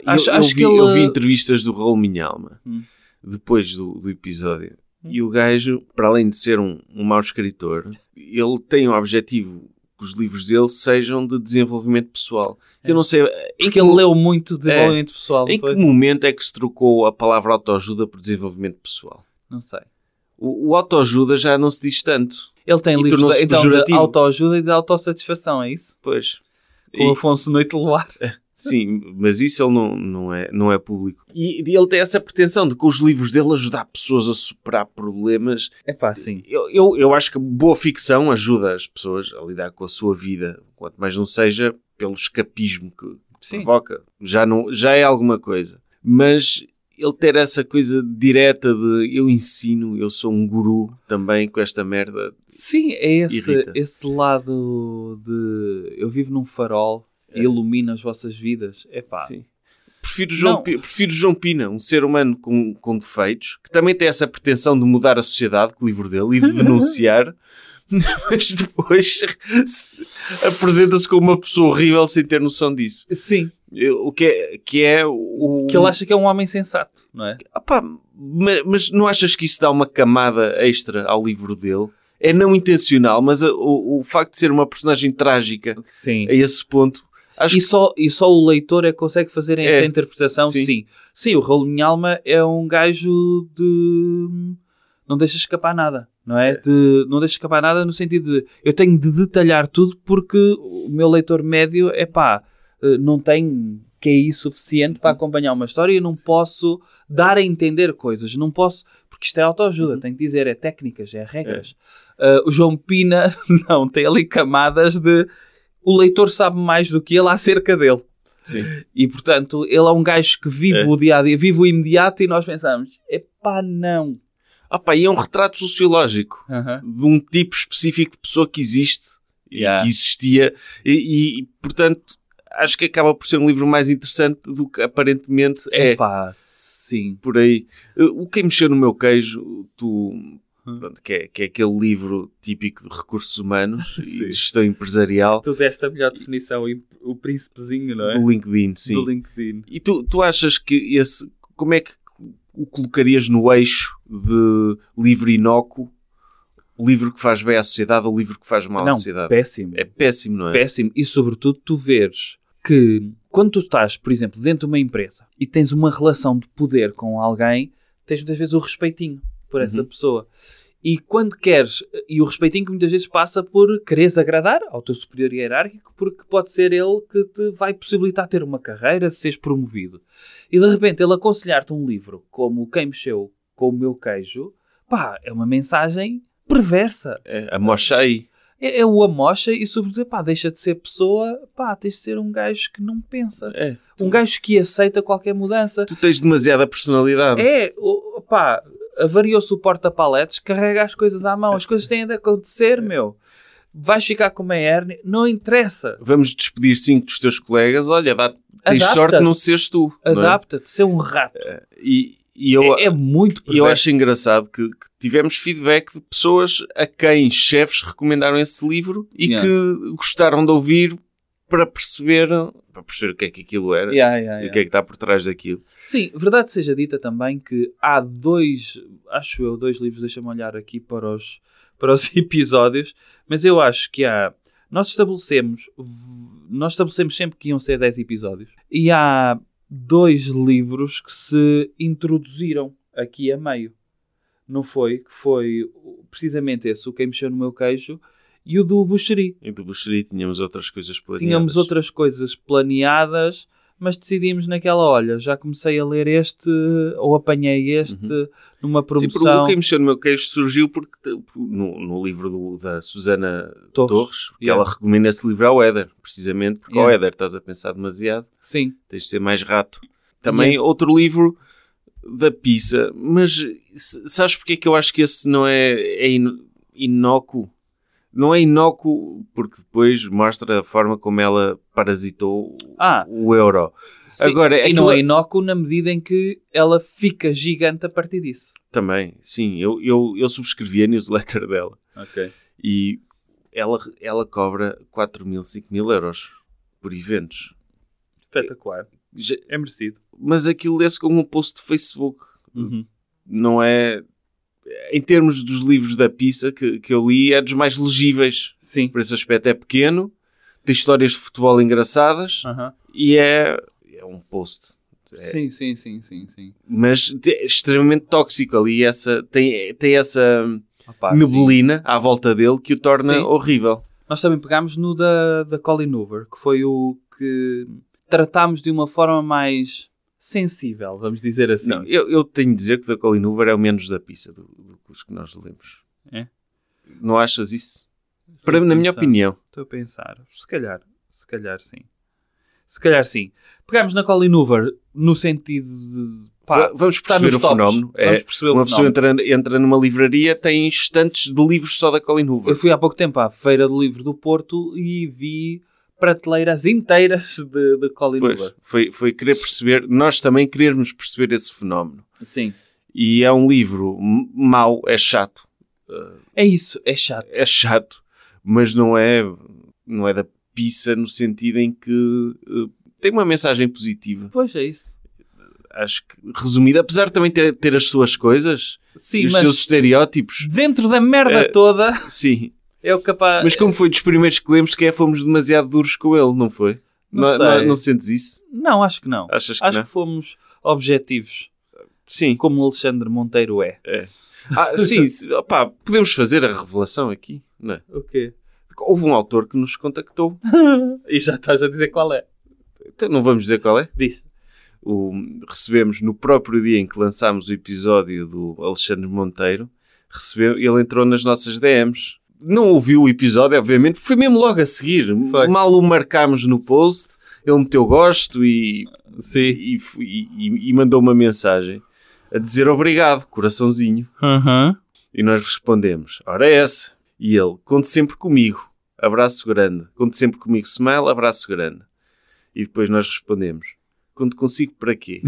[SPEAKER 1] Eu vi entrevistas do Rolo Minha Alma depois do episódio. E o gajo, para além de ser um mau escritor, ele tem o objetivo que os livros dele sejam de desenvolvimento pessoal. Eu não sei...
[SPEAKER 2] Porque ele leu muito desenvolvimento pessoal.
[SPEAKER 1] Em que momento é que se trocou a palavra autoajuda por desenvolvimento pessoal?
[SPEAKER 2] Não sei.
[SPEAKER 1] O autoajuda já não se diz tanto.
[SPEAKER 2] Ele tem livros de autoajuda e de autossatisfação, é isso?
[SPEAKER 1] Pois.
[SPEAKER 2] Com Afonso Noite Luar.
[SPEAKER 1] Sim, mas isso ele não é público. E ele tem essa pretensão de, com os livros dele, ajudar pessoas a superar problemas.
[SPEAKER 2] Sim.
[SPEAKER 1] Eu acho que boa ficção ajuda as pessoas a lidar com a sua vida, quanto mais não seja pelo escapismo que provoca. Já é alguma coisa. Mas ele ter essa coisa direta de eu ensino, eu sou um guru também com esta merda.
[SPEAKER 2] Sim, é esse lado de eu vivo num farol e ilumino as vossas vidas.
[SPEAKER 1] Sim. Prefiro João Pina, um ser humano com defeitos, que também tem essa pretensão de mudar a sociedade com o livro dele e de denunciar, mas depois apresenta-se como uma pessoa horrível sem ter noção disso.
[SPEAKER 2] Sim.
[SPEAKER 1] O que é o...
[SPEAKER 2] Que ele acha que é um homem sensato, não é?
[SPEAKER 1] Mas não achas que isso dá uma camada extra ao livro dele? É não intencional, mas o facto de ser uma personagem trágica a esse ponto...
[SPEAKER 2] E só o leitor é que consegue fazer essa interpretação? Sim, o Rolo Minha Alma é um gajo de... Não deixa escapar nada, não é? Não deixa escapar nada no sentido de... Eu tenho de detalhar tudo porque o meu leitor médio, não tem QI suficiente para acompanhar uma história e não posso dar a entender coisas. Não posso... Porque isto é autoajuda, tenho que dizer, é técnicas, é regras. O João Pina, não, tem ali camadas de... O leitor sabe mais do que ele acerca dele.
[SPEAKER 1] Sim.
[SPEAKER 2] E, portanto, ele é um gajo que vive o dia-a-dia, vive o imediato e nós pensamos, não.
[SPEAKER 1] E é um retrato sociológico de um tipo específico de pessoa que existe e que existia e, portanto, acho que acaba por ser um livro mais interessante do que aparentemente é.
[SPEAKER 2] Sim.
[SPEAKER 1] Por aí. O que mexeu no meu queijo, pronto, que é aquele livro típico de recursos humanos e de gestão empresarial.
[SPEAKER 2] Tu deste a melhor definição, o príncipezinho, não é?
[SPEAKER 1] Do LinkedIn, sim.
[SPEAKER 2] Do LinkedIn.
[SPEAKER 1] E tu achas que como é que o colocarias no eixo de livro inócuo o livro que faz bem à sociedade ou o livro que faz mal à sociedade.
[SPEAKER 2] Péssimo.
[SPEAKER 1] É péssimo, não é?
[SPEAKER 2] Péssimo. E, sobretudo, tu veres que quando tu estás, por exemplo, dentro de uma empresa e tens uma relação de poder com alguém, tens muitas vezes o respeitinho por essa pessoa. E quando queres, e o respeitinho que muitas vezes passa por quereres agradar ao teu superior hierárquico, porque pode ser ele que te vai possibilitar ter uma carreira, seres promovido. E de repente ele aconselhar-te um livro como Quem Mexeu com o Meu Queijo, pá, é uma mensagem perversa.
[SPEAKER 1] Amocha aí.
[SPEAKER 2] É o amocha e sobretudo, pá, deixa de ser pessoa, pá, tens de ser um gajo que não pensa. Um gajo que aceita qualquer mudança.
[SPEAKER 1] Tu tens demasiada personalidade.
[SPEAKER 2] Pá, avariou-se o porta-paletes, carrega as coisas à mão. As coisas têm de acontecer, meu. Vais ficar com uma hérnia, não interessa.
[SPEAKER 1] Vamos despedir 5 dos teus colegas. Olha, tens sorte de não seres tu.
[SPEAKER 2] Adapta-te, ser um rato. É muito perverso.
[SPEAKER 1] E eu acho engraçado que tivemos feedback de pessoas a quem chefes recomendaram esse livro e que gostaram de ouvir para perceber o que é que aquilo era e o que é que está por trás daquilo.
[SPEAKER 2] Sim, verdade seja dita também que há 2 livros, deixa-me olhar aqui para os episódios, mas eu acho que nós estabelecemos sempre que iam ser 10 episódios e há 2 livros que se introduziram aqui a meio. Não foi? Que foi precisamente esse, o Quem Mexeu no Meu Queijo, e o do Buxeri.
[SPEAKER 1] E do Buxeri tínhamos outras coisas planeadas.
[SPEAKER 2] Mas decidimos naquela, já comecei a ler este, ou apanhei este numa promoção.
[SPEAKER 1] Sim, porque o Quem Mexeu no Meu Queijo surgiu porque no livro da Susana Torres, que ela recomenda esse livro ao Éder, precisamente porque ao Éder estás a pensar demasiado.
[SPEAKER 2] Sim.
[SPEAKER 1] Tens de ser mais rato. Também outro livro da pizza, mas sabes porque é que eu acho que esse não é inócuo? Não é inócuo porque depois mostra a forma como ela parasitou o euro.
[SPEAKER 2] Sim, agora, e não é inócuo na medida em que ela fica gigante a partir disso.
[SPEAKER 1] Também, sim. Eu subscrevi a newsletter dela.
[SPEAKER 2] Ok.
[SPEAKER 1] E ela cobra 4.000, 5.000 euros por eventos.
[SPEAKER 2] Espetacular. É merecido.
[SPEAKER 1] Mas aquilo lê-se como um post de Facebook. Não é... Em termos dos livros da pizza que eu li, é dos mais legíveis.
[SPEAKER 2] Sim.
[SPEAKER 1] Por esse aspecto é pequeno, tem histórias de futebol engraçadas e é um post.
[SPEAKER 2] Sim.
[SPEAKER 1] Mas é extremamente tóxico ali. Tem essa neblina à volta dele que o torna horrível.
[SPEAKER 2] Nós também pegámos no da Colin Hoover, que foi o que tratámos de uma forma mais sensível, vamos dizer assim.
[SPEAKER 1] Não, eu tenho de dizer que o da Colin Hoover é o menos da pizza dos que nós lemos.
[SPEAKER 2] É?
[SPEAKER 1] Não achas isso? Na minha opinião.
[SPEAKER 2] Estou a pensar. Se calhar sim. Se calhar sim. Pegámos na Colin Hoover no sentido de...
[SPEAKER 1] vamos perceber o fenómeno. Uma pessoa entra numa livraria, tem estantes de livros só da Colin Hoover.
[SPEAKER 2] Eu fui há pouco tempo à Feira do Livro do Porto e vi prateleiras inteiras de Colin Hoover.
[SPEAKER 1] Foi querer perceber, nós também querermos perceber esse fenómeno.
[SPEAKER 2] Sim.
[SPEAKER 1] E é um livro mau, é chato.
[SPEAKER 2] É isso, é chato.
[SPEAKER 1] É chato, mas não é da pizza no sentido em que tem uma mensagem positiva.
[SPEAKER 2] Pois é isso.
[SPEAKER 1] Acho que, resumido, apesar de também ter as suas coisas,
[SPEAKER 2] sim,
[SPEAKER 1] os seus estereótipos.
[SPEAKER 2] Dentro da merda toda...
[SPEAKER 1] Sim.
[SPEAKER 2] É o capaz...
[SPEAKER 1] Mas como foi dos primeiros que lemos, fomos demasiado duros com ele, não foi? Não sentes isso?
[SPEAKER 2] Não, acho que não.
[SPEAKER 1] Achas que
[SPEAKER 2] acho
[SPEAKER 1] não?
[SPEAKER 2] Que fomos objetivos.
[SPEAKER 1] Sim.
[SPEAKER 2] Como o Alexandre Monteiro é.
[SPEAKER 1] Sim, podemos fazer a revelação aqui, não é?
[SPEAKER 2] O quê?
[SPEAKER 1] Houve um autor que nos contactou.
[SPEAKER 2] E já estás a dizer qual é.
[SPEAKER 1] Então não vamos dizer qual é?
[SPEAKER 2] Diz.
[SPEAKER 1] Recebemos no próprio dia em que lançámos o episódio do Alexandre Monteiro, ele entrou nas nossas DMs. Não ouviu o episódio, obviamente, foi mesmo logo a seguir.
[SPEAKER 2] Foi.
[SPEAKER 1] Mal o marcámos no post, ele meteu gosto e mandou uma mensagem a dizer obrigado, coraçãozinho. E nós respondemos, ora é essa. E ele, conte sempre comigo, abraço grande. Conte sempre comigo, smile, abraço grande. E depois nós respondemos, conto consigo para quê?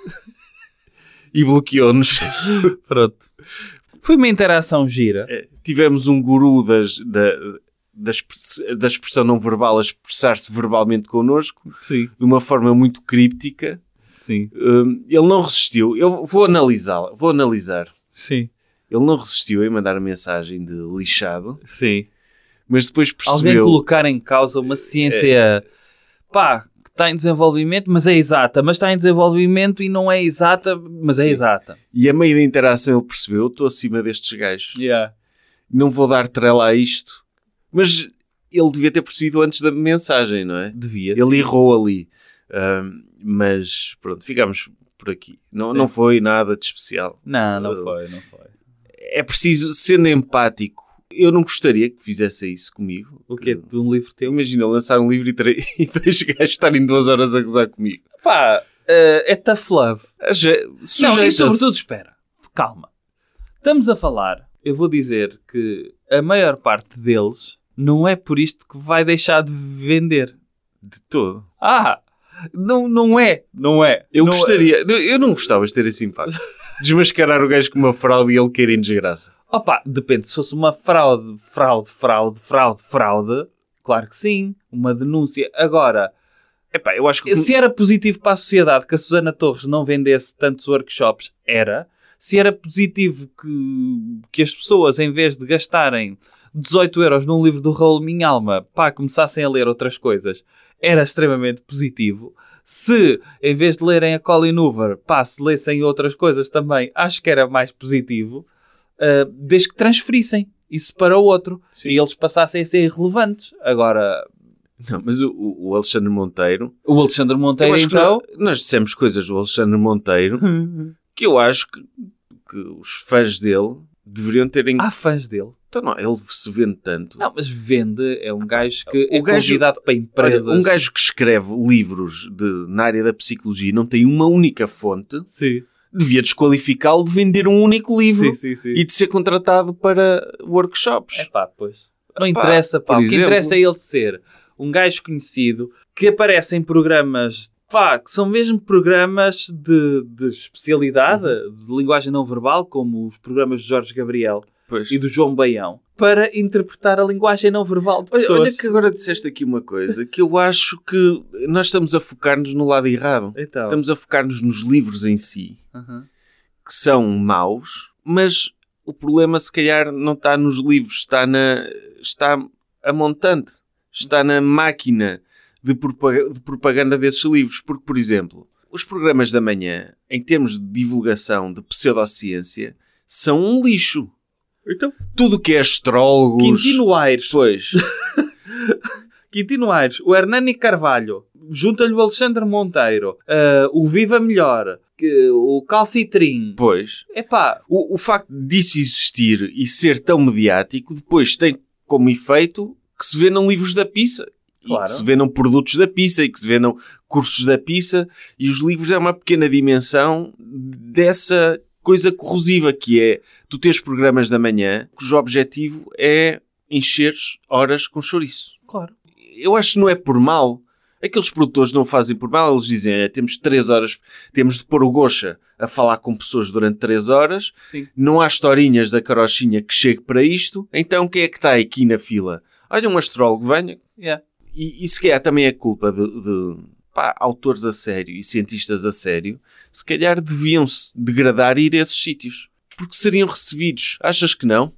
[SPEAKER 1] E bloqueou-nos.
[SPEAKER 2] Pronto. Foi uma interação gira.
[SPEAKER 1] Tivemos um guru da expressão não verbal a expressar-se verbalmente connosco.
[SPEAKER 2] Sim.
[SPEAKER 1] De uma forma muito críptica.
[SPEAKER 2] Sim.
[SPEAKER 1] Ele não resistiu. Eu vou analisar.
[SPEAKER 2] Sim.
[SPEAKER 1] Ele não resistiu em mandar a mensagem de lixado.
[SPEAKER 2] Sim.
[SPEAKER 1] Mas depois percebeu...
[SPEAKER 2] Alguém colocar em causa uma ciência... que está em desenvolvimento, mas é exata. Mas está em desenvolvimento e não é exata, mas é exata.
[SPEAKER 1] E a meio da interação ele percebeu, estou acima destes gajos.
[SPEAKER 2] Yeah.
[SPEAKER 1] Não vou dar trela a isto. Mas ele devia ter percebido antes da mensagem, não é?
[SPEAKER 2] Devia.
[SPEAKER 1] Ele errou ali. Mas pronto, ficámos por aqui. Não foi nada de especial.
[SPEAKER 2] Não foi.
[SPEAKER 1] É preciso, sendo empático, eu não gostaria que fizesse isso comigo.
[SPEAKER 2] O quê? De um livro teu?
[SPEAKER 1] Imagina lançar um livro e três gajos estarem 2 horas a gozar comigo.
[SPEAKER 2] É tough love.
[SPEAKER 1] Não,
[SPEAKER 2] e sobretudo, espera. Calma. Estamos a falar, eu vou dizer que a maior parte deles não é por isto que vai deixar de vender.
[SPEAKER 1] De todo.
[SPEAKER 2] Não é.
[SPEAKER 1] Eu gostaria. Eu não gostava de ter esse impacto. Desmascarar o gajo com uma fraude e ele cair em desgraça.
[SPEAKER 2] Depende. Se fosse uma fraude, claro que sim. Uma denúncia. Agora,
[SPEAKER 1] eu acho que...
[SPEAKER 2] se era positivo para a sociedade que a Susana Torres não vendesse tantos workshops, era. Se era positivo que as pessoas, em vez de gastarem 18 euros num livro do Raul Minhalma, começassem a ler outras coisas, era extremamente positivo. Se, em vez de lerem a Colin Hoover, se lessem outras coisas também, acho que era mais positivo, desde que transferissem isso para o outro. Sim. E eles passassem a ser irrelevantes. Agora...
[SPEAKER 1] Não, mas o Alexandre Monteiro...
[SPEAKER 2] O Alexandre Monteiro, então...
[SPEAKER 1] Nós dissemos coisas do Alexandre Monteiro que eu acho que os fãs dele deveriam terem...
[SPEAKER 2] Há fãs dele?
[SPEAKER 1] Então não, ele se vende tanto.
[SPEAKER 2] Não, mas vende, é um gajo que convidado para empresas.
[SPEAKER 1] Olha, um gajo que escreve livros na área da psicologia e não tem uma única fonte,
[SPEAKER 2] sim,
[SPEAKER 1] devia desqualificá-lo de vender um único livro
[SPEAKER 2] sim.
[SPEAKER 1] E de ser contratado para workshops.
[SPEAKER 2] Pois. Não interessa, o que interessa é ele ser um gajo conhecido que aparece em programas... que são mesmo programas de especialidade, de linguagem não verbal, como os programas de Jorge Gabriel e do João Baião, para interpretar a linguagem não verbal de pessoas.
[SPEAKER 1] Olha que agora disseste aqui uma coisa, que eu acho que nós estamos a focar-nos no lado errado.
[SPEAKER 2] Então.
[SPEAKER 1] Estamos a focar-nos nos livros em si, que são maus, mas o problema se calhar não está nos livros, está a montante, está na máquina de propaganda desses livros. Porque, por exemplo, os programas da manhã, em termos de divulgação de pseudociência, são um lixo.
[SPEAKER 2] Então,
[SPEAKER 1] tudo que é astrólogos...
[SPEAKER 2] Quintino Aires.
[SPEAKER 1] Pois.
[SPEAKER 2] Quintino Aires, o Hernani Carvalho, junta-lhe o Alexandre Monteiro, o Viva Melhor, o Calcitrim.
[SPEAKER 1] Pois. O facto disso existir e ser tão mediático, depois tem como efeito que se vendam livros da pizza.
[SPEAKER 2] Claro.
[SPEAKER 1] E que se vendam produtos da pizza e que se vendam cursos da pizza. E os livros é uma pequena dimensão dessa coisa corrosiva que é tu teres programas da manhã cujo objetivo é encher horas com chouriço.
[SPEAKER 2] Claro.
[SPEAKER 1] Eu acho que não é por mal. Aqueles produtores não fazem por mal. Eles dizem, temos 3 horas, temos de pôr o Gocha a falar com pessoas durante 3 horas.
[SPEAKER 2] Sim.
[SPEAKER 1] Não há historinhas da carochinha que chegue para isto. Então quem é que está aqui na fila? Olha, um astrólogo, venha.
[SPEAKER 2] Yeah.
[SPEAKER 1] E se calhar também é culpa de autores a sério e cientistas a sério, se calhar deviam-se degradar e ir a esses sítios. Porque seriam recebidos. Achas que não?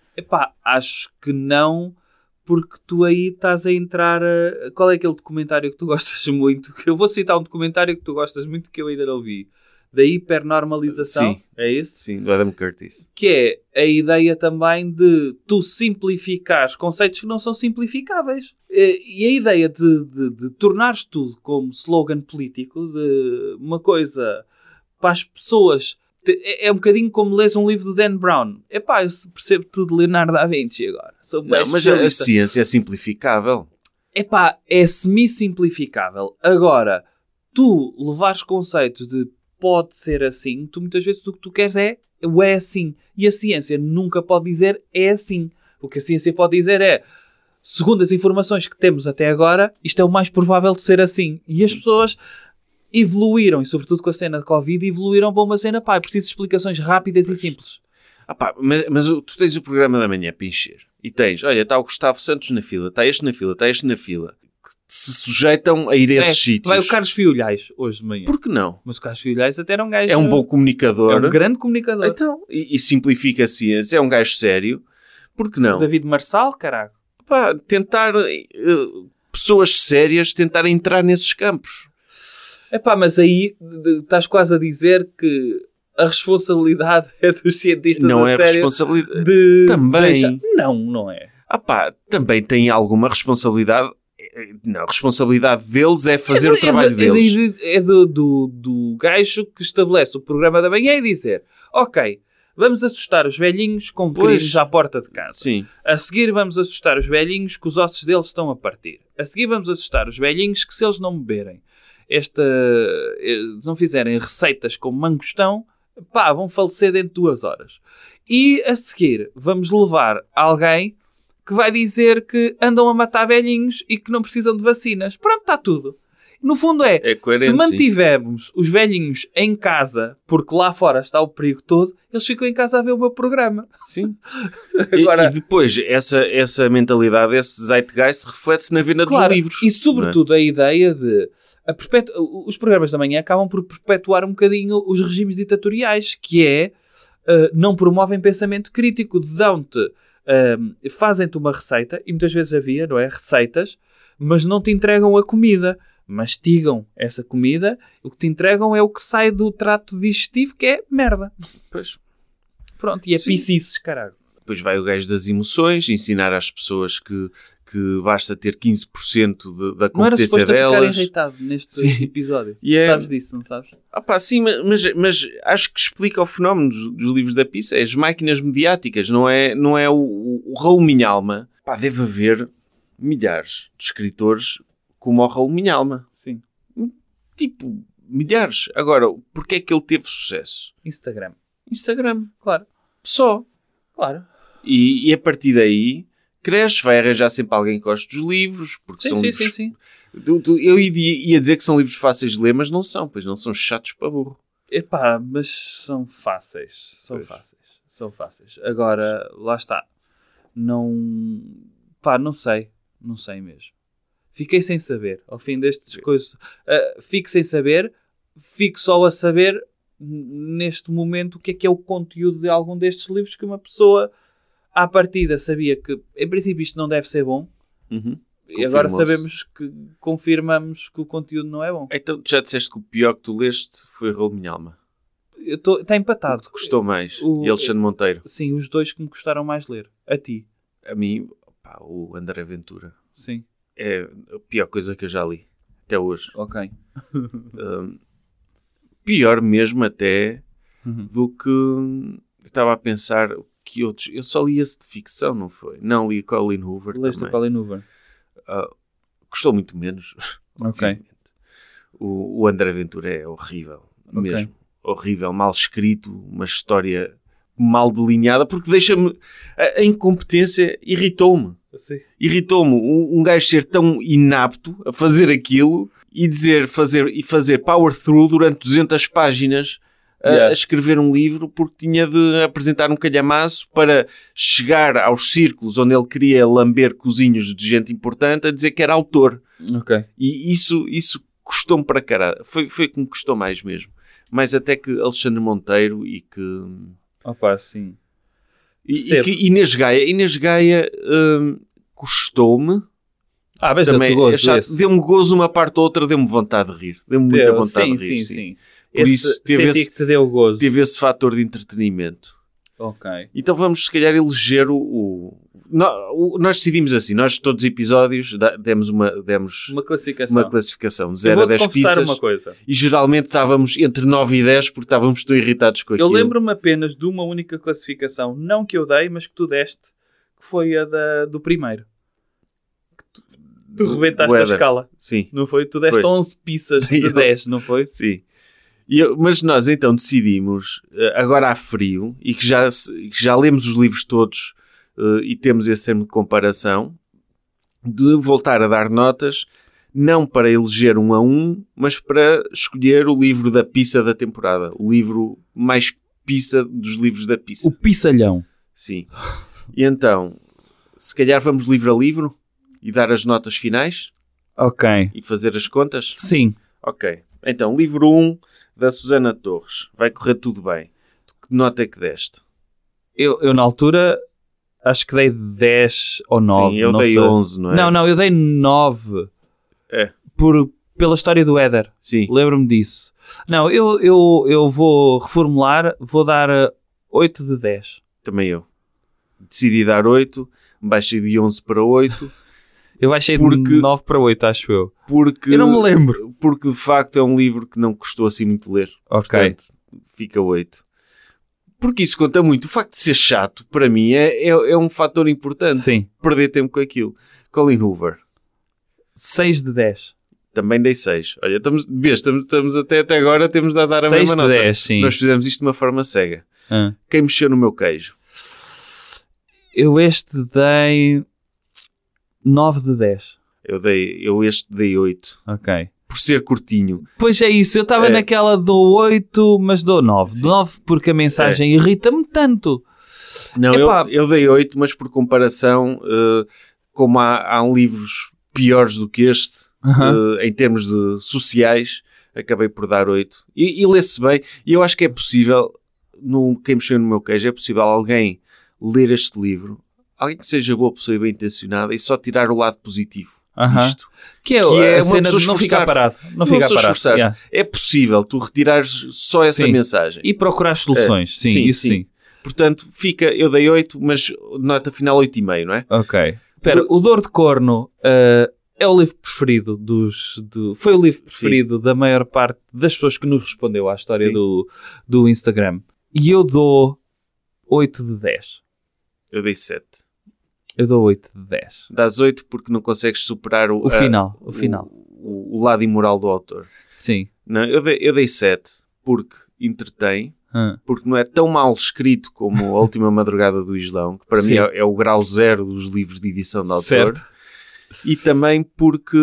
[SPEAKER 2] Acho que não, porque tu aí estás a entrar... Qual é aquele documentário que tu gostas muito? Eu vou citar um documentário que tu gostas muito que eu ainda não vi. Da hipernormalização.
[SPEAKER 1] Sim.
[SPEAKER 2] É esse?
[SPEAKER 1] Sim, do Adam Curtis.
[SPEAKER 2] Que é a ideia também de tu simplificares conceitos que não são simplificáveis. E a ideia de tornares tudo como slogan político, de uma coisa para as pessoas... É um bocadinho como lês um livro do Dan Brown. Eu percebo tudo de Leonardo da Vinci agora.
[SPEAKER 1] Mas a ciência é simplificável.
[SPEAKER 2] É semi-simplificável. Agora, tu levares conceitos de pode ser assim, tu muitas vezes o que tu queres é assim. E a ciência nunca pode dizer é assim. O que a ciência pode dizer é, segundo as informações que temos até agora, isto é o mais provável de ser assim. E as pessoas evoluíram, e sobretudo com a cena de Covid, evoluíram para uma cena, é preciso explicações rápidas e simples.
[SPEAKER 1] Mas tu tens o programa da manhã para encher. E tens, olha, está o Gustavo Santos na fila, está este na fila, está este na fila. se sujeitam a ir a esses sítios.
[SPEAKER 2] Vai o Carlos Fiolhais hoje de manhã.
[SPEAKER 1] Por que não?
[SPEAKER 2] Mas o Carlos Fiolhais até era um gajo...
[SPEAKER 1] É um bom comunicador.
[SPEAKER 2] É um grande comunicador.
[SPEAKER 1] Então, e simplifica a ciência. É um gajo sério. Por que não?
[SPEAKER 2] O David Marçal, caralho.
[SPEAKER 1] Pá, tentar... pessoas sérias tentar entrar nesses campos.
[SPEAKER 2] Epá, mas aí estás quase a dizer que a responsabilidade é dos cientistas
[SPEAKER 1] não
[SPEAKER 2] a
[SPEAKER 1] é
[SPEAKER 2] sério
[SPEAKER 1] responsabilidade
[SPEAKER 2] de
[SPEAKER 1] também
[SPEAKER 2] deixar... Não é.
[SPEAKER 1] Também tem alguma responsabilidade. Não, a responsabilidade deles é fazer o trabalho deles.
[SPEAKER 2] É do gajo que estabelece o programa da manhã e dizer: ok, vamos assustar os velhinhos com pequeninos à porta de casa.
[SPEAKER 1] Sim.
[SPEAKER 2] A seguir vamos assustar os velhinhos que os ossos deles estão a partir. A seguir vamos assustar os velhinhos que, se eles não beberem não fizerem receitas com mangostão, vão falecer dentro de 2 horas. E a seguir vamos levar alguém que vai dizer que andam a matar velhinhos e que não precisam de vacinas. Pronto, está tudo. No fundo é coerente, se mantivermos os velhinhos em casa, porque lá fora está o perigo todo, eles ficam em casa a ver o meu programa.
[SPEAKER 1] Sim. Agora... e depois, essa mentalidade, esse zeitgeist, reflete-se na venda dos livros.
[SPEAKER 2] E sobretudo a ideia de... Os programas da manhã acabam por perpetuar um bocadinho os regimes ditatoriais, que é... não promovem pensamento crítico, dão-te... fazem-te uma receita, e muitas vezes havia, não é? Receitas, mas não te entregam a comida. Mastigam essa comida, o que te entregam é o que sai do trato digestivo, que é merda.
[SPEAKER 1] Pois.
[SPEAKER 2] Pronto, e é piscices, caralho.
[SPEAKER 1] Depois vai o gajo das emoções, ensinar às pessoas que basta ter 15% da competência delas. Não era suposto
[SPEAKER 2] ficar irritado neste episódio. Sabes disso, não sabes?
[SPEAKER 1] Sim, mas acho que explica o fenómeno dos livros da pizza. É as máquinas mediáticas, não é o Raul Minhalma. Deve haver milhares de escritores como o Raul Minhalma.
[SPEAKER 2] Sim.
[SPEAKER 1] Tipo, milhares. Agora, porquê é que ele teve sucesso?
[SPEAKER 2] Instagram.
[SPEAKER 1] Claro. Só.
[SPEAKER 2] Claro.
[SPEAKER 1] E a partir daí, cresce, vai arranjar sempre alguém que goste dos livros, porque são livros...
[SPEAKER 2] Sim.
[SPEAKER 1] Eu ia dizer que são livros fáceis de ler, mas não são, pois não são chatos para burro.
[SPEAKER 2] Mas são fáceis. São fáceis. Agora, lá está. Não sei. Não sei mesmo. Fiquei sem saber. Ao fim destas coisas... fico sem saber. Fico só a saber, neste momento, o que é o conteúdo de algum destes livros que uma pessoa, à partida, sabia que, em princípio, isto não deve ser bom.
[SPEAKER 1] Uhum.
[SPEAKER 2] E agora confirmamos que o conteúdo não é bom.
[SPEAKER 1] Então, já disseste que o pior que tu leste foi Raul Minhalma.
[SPEAKER 2] Está empatado.
[SPEAKER 1] O que gostou mais? E Alexandre Monteiro?
[SPEAKER 2] Sim, os dois que me gostaram mais ler. A ti?
[SPEAKER 1] A mim, o André Ventura.
[SPEAKER 2] Sim.
[SPEAKER 1] É a pior coisa que eu já li. Até hoje.
[SPEAKER 2] Ok.
[SPEAKER 1] Pior mesmo até do que... Eu estava a pensar que outros... Eu só li esse de ficção, não foi? Não, li Colin Hoover.
[SPEAKER 2] Leste
[SPEAKER 1] também.
[SPEAKER 2] Colin Hoover.
[SPEAKER 1] Gostou muito menos.
[SPEAKER 2] Ok.
[SPEAKER 1] O André Ventura é horrível. Mesmo. Horrível, mal escrito, uma história mal delineada, porque deixa-me... A incompetência irritou-me.
[SPEAKER 2] Sim.
[SPEAKER 1] Irritou-me um gajo ser tão inapto a fazer aquilo e fazer power through durante 200 páginas a escrever um livro, porque tinha de apresentar um calhamaço para chegar aos círculos onde ele queria lamber cozinhos de gente importante a dizer que era autor.
[SPEAKER 2] Ok.
[SPEAKER 1] E isso custou-me para caralho. Foi que me custou mais mesmo. Mais até que Alexandre Monteiro e que...
[SPEAKER 2] sim.
[SPEAKER 1] E que Inês Gaia custou-me.
[SPEAKER 2] Mas
[SPEAKER 1] também
[SPEAKER 2] gosto
[SPEAKER 1] deu-me gozo uma parte ou outra, deu-me vontade de rir. Deu-me muita vontade de rir.
[SPEAKER 2] Sim.
[SPEAKER 1] Por isso
[SPEAKER 2] que te deu gozo.
[SPEAKER 1] Teve esse fator de entretenimento.
[SPEAKER 2] Ok.
[SPEAKER 1] Então vamos, se calhar, eleger nós decidimos assim, nós todos os episódios demos uma classificação de 0 a 10 pizzas.
[SPEAKER 2] Uma coisa.
[SPEAKER 1] E geralmente estávamos entre 9 e 10 porque estávamos tão irritados com aquilo.
[SPEAKER 2] Eu lembro-me apenas de uma única classificação, não que eu dei, mas que tu deste, que foi a do primeiro. Tu rebentaste a escala.
[SPEAKER 1] Sim.
[SPEAKER 2] Não foi? Tu deste 11 pizzas de 10, não foi?
[SPEAKER 1] Sim. Mas nós então decidimos, agora a frio, e que já lemos os livros todos e temos esse termo de comparação, de voltar a dar notas, não para eleger 1 a 1, mas para escolher o livro da pizza da temporada. O livro mais pizza dos livros da pizza.
[SPEAKER 2] O pizzalhão.
[SPEAKER 1] Sim. E então, se calhar vamos livro a livro e dar as notas finais?
[SPEAKER 2] Ok.
[SPEAKER 1] E fazer as contas?
[SPEAKER 2] Sim.
[SPEAKER 1] Ok. Então, livro 1 da Susana Torres. Vai correr tudo bem. Que nota é que deste?
[SPEAKER 2] Eu na altura, acho que dei 10 ou 9.
[SPEAKER 1] Sim, eu dei 11, não é?
[SPEAKER 2] Não, eu dei 9.
[SPEAKER 1] É.
[SPEAKER 2] Pela história do Éder.
[SPEAKER 1] Sim.
[SPEAKER 2] Lembro-me disso. Não, eu vou reformular, vou dar 8 de 10.
[SPEAKER 1] Também eu. Decidi dar 8, baixei de 11 para 8.
[SPEAKER 2] Eu baixei de 9 para 8, acho eu.
[SPEAKER 1] Porque,
[SPEAKER 2] eu não me lembro.
[SPEAKER 1] Porque de facto é um livro que não custou assim muito ler.
[SPEAKER 2] Ok.
[SPEAKER 1] Portanto, fica 8. Porque isso conta muito. O facto de ser chato, para mim, é um fator importante.
[SPEAKER 2] Sim.
[SPEAKER 1] Perder tempo com aquilo. Colin Hoover.
[SPEAKER 2] 6 de 10.
[SPEAKER 1] Também dei 6. Olha, estamos até agora, temos de dar a mesma nota.
[SPEAKER 2] 6 de 10, sim.
[SPEAKER 1] Nós fizemos isto de uma forma cega. Quem mexeu no meu queijo?
[SPEAKER 2] Eu este dei 9 de 10.
[SPEAKER 1] Eu este dei 8.
[SPEAKER 2] Ok.
[SPEAKER 1] Por ser curtinho.
[SPEAKER 2] Pois é isso, eu estava naquela dou 8, mas dou 9. Sim. 9 porque a mensagem irrita-me tanto.
[SPEAKER 1] Não, eu dei 8, mas por comparação, como há livros piores do que este, em termos de sociais, acabei por dar 8. E lê-se bem, e eu acho que é possível, quem mexeu no meu queijo, é possível alguém ler este livro, alguém que seja boa pessoa e bem intencionada, e só tirar o lado positivo disto.
[SPEAKER 2] Que é a cena de não ficar parado. Não ficar parado.
[SPEAKER 1] Yeah. É possível tu retirares só essa mensagem.
[SPEAKER 2] E procurar soluções. Sim.
[SPEAKER 1] Portanto, eu dei 8, mas nota final 8,5, não é?
[SPEAKER 2] Ok. Espera, o Dor de Corno é o livro preferido foi o livro preferido da maior parte das pessoas que nos respondeu à história do Instagram. E eu dou 8 de 10.
[SPEAKER 1] Eu dei 7.
[SPEAKER 2] Eu dou 8 de 10.
[SPEAKER 1] Dás 8 porque não consegues superar o final. O lado imoral do autor.
[SPEAKER 2] Sim.
[SPEAKER 1] Não, eu dei 7 porque entretém, porque não é tão mal escrito como A Última Madrugada do Islão, que para mim é o grau zero dos livros de edição de autor.
[SPEAKER 2] Certo.
[SPEAKER 1] E também porque,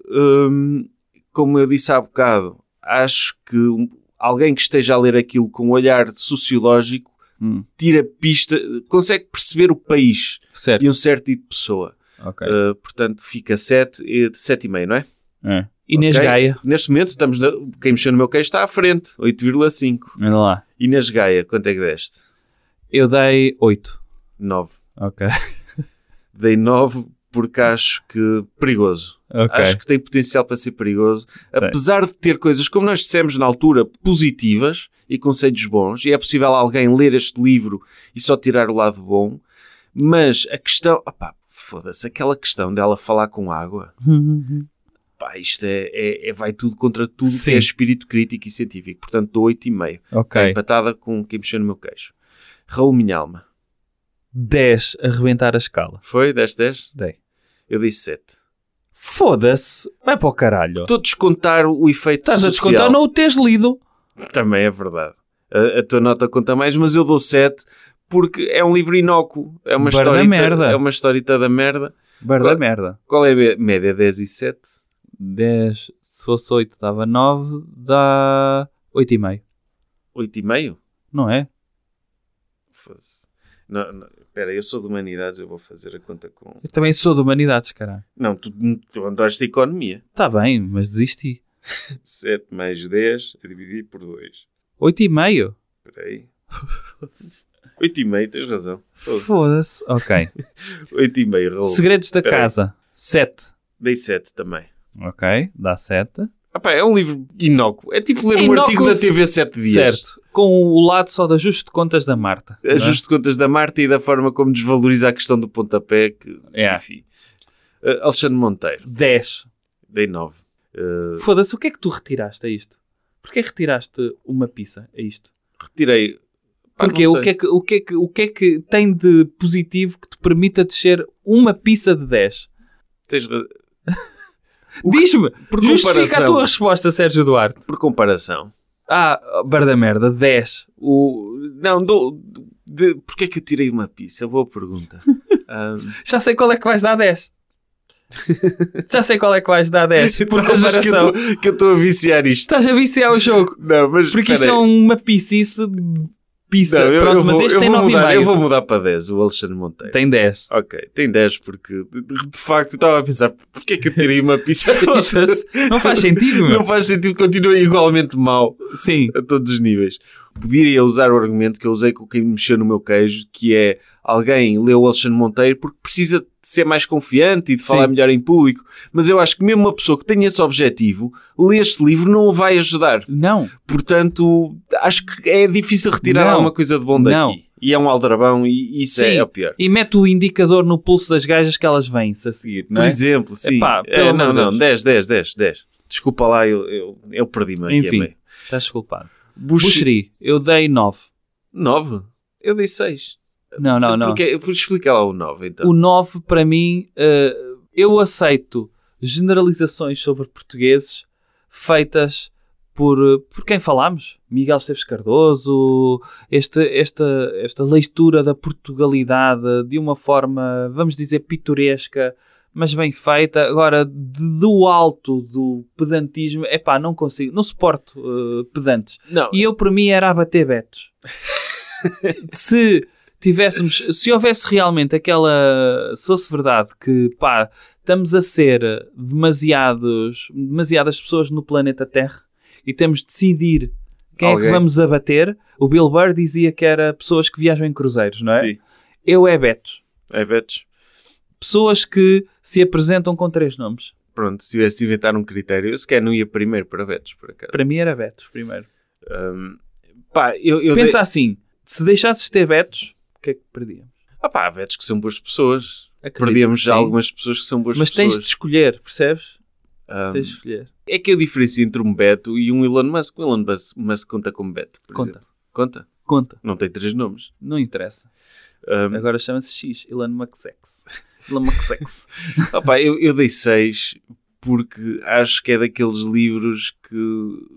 [SPEAKER 1] como eu disse há bocado, acho que alguém que esteja a ler aquilo com um olhar sociológico tira pista, consegue perceber o país e um certo tipo de pessoa.
[SPEAKER 2] Okay.
[SPEAKER 1] Portanto, fica 7,5, não é?
[SPEAKER 2] Inês Gaia.
[SPEAKER 1] Neste momento, quem mexeu no meu queijo está à frente, 8,5.
[SPEAKER 2] Olha lá.
[SPEAKER 1] Inês Gaia, quanto é que deste?
[SPEAKER 2] Eu dei 8.
[SPEAKER 1] 9.
[SPEAKER 2] Ok.
[SPEAKER 1] Dei 9 porque acho que perigoso.
[SPEAKER 2] Okay.
[SPEAKER 1] Acho que tem potencial para ser perigoso. Apesar de ter coisas, como nós dissemos na altura, positivas e conceitos bons, e é possível alguém ler este livro e só tirar o lado bom, mas a questão... foda-se, aquela questão dela falar com água... isto vai tudo contra tudo que é espírito crítico e científico. Portanto, dou 8,5.
[SPEAKER 2] Ok.
[SPEAKER 1] Empatada com quem mexeu no meu queijo. Raul Minhalma.
[SPEAKER 2] 10, arrebentar a escala.
[SPEAKER 1] Foi? 10?
[SPEAKER 2] Dei.
[SPEAKER 1] Eu dei 7.
[SPEAKER 2] Foda-se. Vai para o caralho.
[SPEAKER 1] Estou a descontar o efeito social.
[SPEAKER 2] Estás a descontar não o teres lido.
[SPEAKER 1] Também é verdade. A tua nota conta mais, mas eu dou 7 porque é um livro inócuo. É uma história merda. É uma historieta da merda.
[SPEAKER 2] Da merda.
[SPEAKER 1] Qual é a média? 10 e 7?
[SPEAKER 2] 10, se fosse 8 dava 9, dá 8,5.
[SPEAKER 1] 8,5?
[SPEAKER 2] Não é?
[SPEAKER 1] Foda-se. Não, espera, eu sou de Humanidades, eu vou fazer a conta com...
[SPEAKER 2] Eu também sou de Humanidades, caralho.
[SPEAKER 1] Não, tu andaste de Economia.
[SPEAKER 2] Está bem, mas desisti.
[SPEAKER 1] 7 mais 10, eu dividi por 2.
[SPEAKER 2] 8,5?
[SPEAKER 1] Espera aí. 8,5, tens razão.
[SPEAKER 2] Foda-se. Ok.
[SPEAKER 1] 8,5, Raul.
[SPEAKER 2] Segredos da Casa. 7.
[SPEAKER 1] Dei 7 também.
[SPEAKER 2] Ok, dá 7.
[SPEAKER 1] É um livro inócuo. É tipo ler um artigo da TV 7 dias.
[SPEAKER 2] Certo. Com o lado só de ajuste de contas da Marta.
[SPEAKER 1] Ajuste de contas da Marta e da forma como desvaloriza a questão do pontapé. Enfim. Alexandre Monteiro.
[SPEAKER 2] 10.
[SPEAKER 1] Dei 9.
[SPEAKER 2] Foda-se, o que é que tu retiraste a isto? Porquê retiraste uma pizza a isto?
[SPEAKER 1] Retirei...
[SPEAKER 2] Porque o que é que tem de positivo que te permita descer uma pizza de 10?
[SPEAKER 1] Tens razão.
[SPEAKER 2] Diz-me, justifica a tua resposta, Sérgio Duarte.
[SPEAKER 1] Por comparação.
[SPEAKER 2] Bar da merda, 10.
[SPEAKER 1] Porquê é que eu tirei uma pizza? Boa pergunta.
[SPEAKER 2] Já sei qual é que vais dar 10. Já sei qual é que vais dar 10. Por comparação.
[SPEAKER 1] Que eu estou a viciar isto.
[SPEAKER 2] Estás a viciar o jogo.
[SPEAKER 1] Não, mas
[SPEAKER 2] porque isto é uma piscice pizza.
[SPEAKER 1] Não,
[SPEAKER 2] pronto, mas este tem 9,5.
[SPEAKER 1] Eu vou mudar para 10, o Alexandre Monteiro.
[SPEAKER 2] Tem 10.
[SPEAKER 1] Ok, tem 10 porque, de facto, eu estava a pensar, porquê é que eu tirei uma pizza?
[SPEAKER 2] Não faz sentido, meu.
[SPEAKER 1] Não faz sentido, continua igualmente mau.
[SPEAKER 2] Sim.
[SPEAKER 1] A todos os níveis. Poderia usar o argumento que eu usei com quem mexeu no meu queijo, que é alguém leu o Alexandre Monteiro porque precisa de ser mais confiante e de falar melhor em público. Mas eu acho que mesmo uma pessoa que tenha esse objetivo, ler este livro não o vai ajudar.
[SPEAKER 2] Não.
[SPEAKER 1] Portanto, acho que é difícil retirar alguma coisa de bom daqui. E é um aldrabão e isso é o pior.
[SPEAKER 2] E mete o indicador no pulso das gajas que elas vêm-se a seguir, não é?
[SPEAKER 1] Por exemplo, sim.
[SPEAKER 2] Epá,
[SPEAKER 1] não, 10. Desculpa lá, eu perdi-me aqui.
[SPEAKER 2] Enfim, estás desculpado. Buxeri, eu dei 9.
[SPEAKER 1] 9? Eu dei 6.
[SPEAKER 2] Não.
[SPEAKER 1] Porque, explica lá o 9, então.
[SPEAKER 2] O 9, para mim, eu aceito generalizações sobre portugueses feitas por quem falámos. Miguel Esteves Cardoso, esta leitura da Portugalidade de uma forma, vamos dizer, pitoresca, mas bem feita. Agora, do alto do pedantismo, não consigo, não suporto pedantes.
[SPEAKER 1] Não.
[SPEAKER 2] E eu, por mim, era a bater betos. Se houvesse realmente se fosse verdade que, estamos a ser demasiadas pessoas no planeta Terra e temos de decidir quem é que vamos abater. O Bill Burr dizia que era pessoas que viajam em cruzeiros, não é?
[SPEAKER 1] Sim.
[SPEAKER 2] Eu é betos.
[SPEAKER 1] É betos.
[SPEAKER 2] Pessoas que se apresentam com 3 nomes.
[SPEAKER 1] Pronto, se tivesse de inventar um critério, eu sequer não ia primeiro para Betos, por acaso.
[SPEAKER 2] Para mim era Betos, primeiro.
[SPEAKER 1] Pensa
[SPEAKER 2] assim, se deixasses de ter Betos, o que é que perdíamos?
[SPEAKER 1] Há Betos que são boas pessoas.
[SPEAKER 2] Acredito.
[SPEAKER 1] Perdíamos já algumas pessoas que são boas pessoas.
[SPEAKER 2] Mas tens de escolher, percebes? Tens de escolher.
[SPEAKER 1] É que eu diferencio entre um Beto e um Elon Musk. O Elon Musk conta como Beto, por exemplo. Conta?
[SPEAKER 2] Não
[SPEAKER 1] tem 3 nomes.
[SPEAKER 2] Não interessa. Agora chama-se X, Elon Musk.
[SPEAKER 1] Eu dei 6 porque acho que é daqueles livros que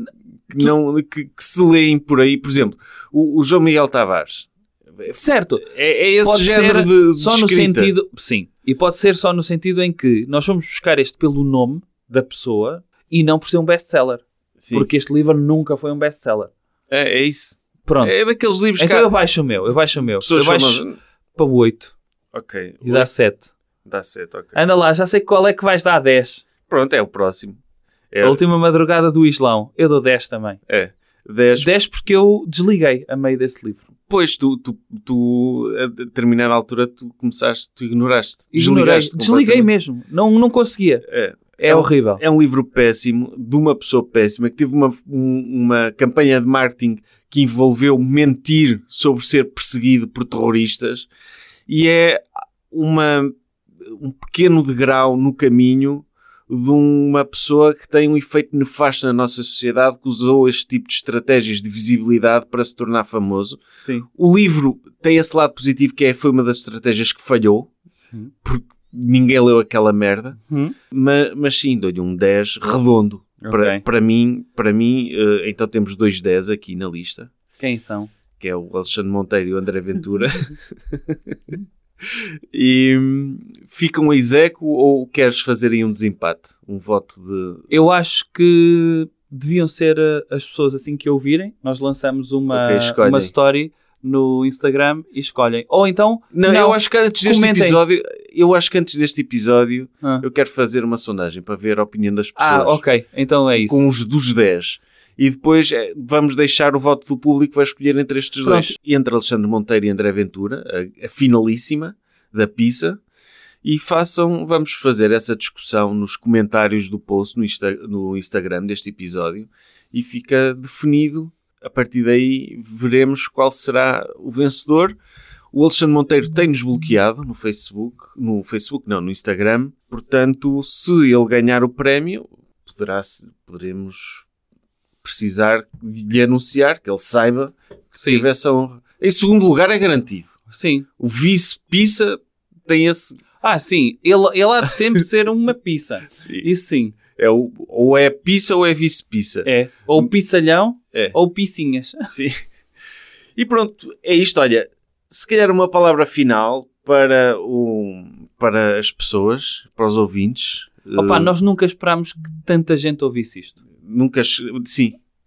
[SPEAKER 1] se leem por aí. Por exemplo, o João Miguel Tavares.
[SPEAKER 2] Certo.
[SPEAKER 1] É esse
[SPEAKER 2] pode
[SPEAKER 1] género
[SPEAKER 2] ser
[SPEAKER 1] de
[SPEAKER 2] só
[SPEAKER 1] escrita.
[SPEAKER 2] No sentido, sim. E pode ser só no sentido em que nós vamos buscar este pelo nome da pessoa e não por ser um best-seller. Sim. Porque este livro nunca foi um best-seller.
[SPEAKER 1] É isso.
[SPEAKER 2] Pronto.
[SPEAKER 1] É daqueles livros
[SPEAKER 2] então eu baixo o meu. Eu baixo para o 8.
[SPEAKER 1] Ok.
[SPEAKER 2] E dá 7.
[SPEAKER 1] Dá 7, ok.
[SPEAKER 2] Anda lá, já sei qual é que vais dar 10.
[SPEAKER 1] Pronto, é o próximo.
[SPEAKER 2] A Última Madrugada do Islão. Eu dou 10 também. 10 porque eu desliguei a meio desse livro.
[SPEAKER 1] Pois, tu a determinada altura, tu ignoraste.
[SPEAKER 2] Desliguei mesmo. Não conseguia. É horrível.
[SPEAKER 1] É um livro péssimo, de uma pessoa péssima, que teve uma campanha de marketing que envolveu mentir sobre ser perseguido por terroristas, e é um pequeno degrau no caminho de uma pessoa que tem um efeito nefasto na nossa sociedade, que usou este tipo de estratégias de visibilidade para se tornar famoso.
[SPEAKER 2] Sim.
[SPEAKER 1] O livro tem esse lado positivo, que foi uma das estratégias que falhou.
[SPEAKER 2] Sim.
[SPEAKER 1] Porque ninguém leu aquela merda. Mas sim, dou-lhe um 10 redondo.
[SPEAKER 2] Okay.
[SPEAKER 1] Para mim, então temos 2 10 aqui na lista.
[SPEAKER 2] Quem são?
[SPEAKER 1] Que é o Alexandre Monteiro e o André Ventura. E ficam a execo ou queres fazer aí um desempate? Um voto de...
[SPEAKER 2] Eu acho que deviam ser as pessoas assim que ouvirem. Nós lançamos uma story no Instagram e escolhem. Ou então... Não,
[SPEAKER 1] eu acho que antes deste episódio eu quero fazer uma sondagem para ver a opinião das pessoas.
[SPEAKER 2] Ok. Então é isso.
[SPEAKER 1] Com os dos 10. E depois vamos deixar o voto do público para escolher entre estes dois. Entre Alexandre Monteiro e André Ventura, a finalíssima da pizza. E vamos fazer essa discussão nos comentários do post no Instagram deste episódio. E fica definido. A partir daí veremos qual será o vencedor. O Alexandre Monteiro tem-nos bloqueado no Instagram. Portanto, se ele ganhar o prémio, poderemos precisar de lhe anunciar, que ele saiba que tivesse a honra. Em segundo lugar é garantido.
[SPEAKER 2] Sim.
[SPEAKER 1] O vice-pizza tem esse...
[SPEAKER 2] sim. Ele há de sempre ser uma pizza.
[SPEAKER 1] Sim.
[SPEAKER 2] Isso sim.
[SPEAKER 1] Ou é pizza ou é vice-pizza.
[SPEAKER 2] Ou pizzalhão ou piscinhas.
[SPEAKER 1] Sim. E pronto, é isto. Olha, se calhar uma palavra final para as pessoas, para os ouvintes.
[SPEAKER 2] Nós nunca esperámos que tanta gente ouvisse isto.
[SPEAKER 1] Sim.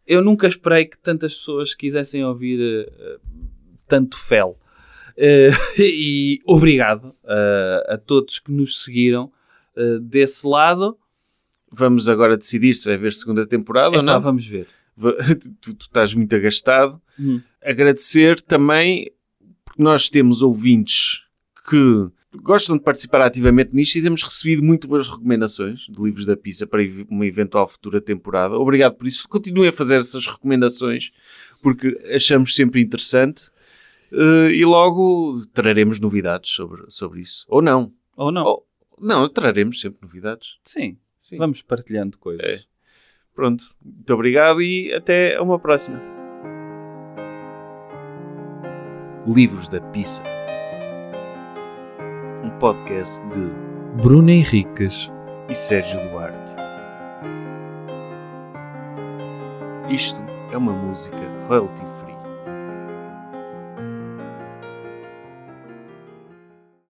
[SPEAKER 2] Eu nunca esperei que tantas pessoas quisessem ouvir tanto fel. E obrigado a todos que nos seguiram desse lado.
[SPEAKER 1] Vamos agora decidir se vai haver segunda temporada ou não.
[SPEAKER 2] Vamos ver.
[SPEAKER 1] Tu estás muito agastado. Agradecer também, porque nós temos ouvintes que gostam de participar ativamente nisto e temos recebido muito boas recomendações de livros da Pisa para uma eventual futura temporada. Obrigado por isso. Continuem a fazer essas recomendações porque achamos sempre interessante e logo traremos novidades sobre isso. Ou não. Não, traremos sempre novidades.
[SPEAKER 2] Sim. Vamos partilhando coisas.
[SPEAKER 1] Pronto. Muito obrigado e até uma próxima. Livros da Pisa. Um podcast de
[SPEAKER 2] Bruno Henriques
[SPEAKER 1] e Sérgio Duarte. Isto é uma música royalty free.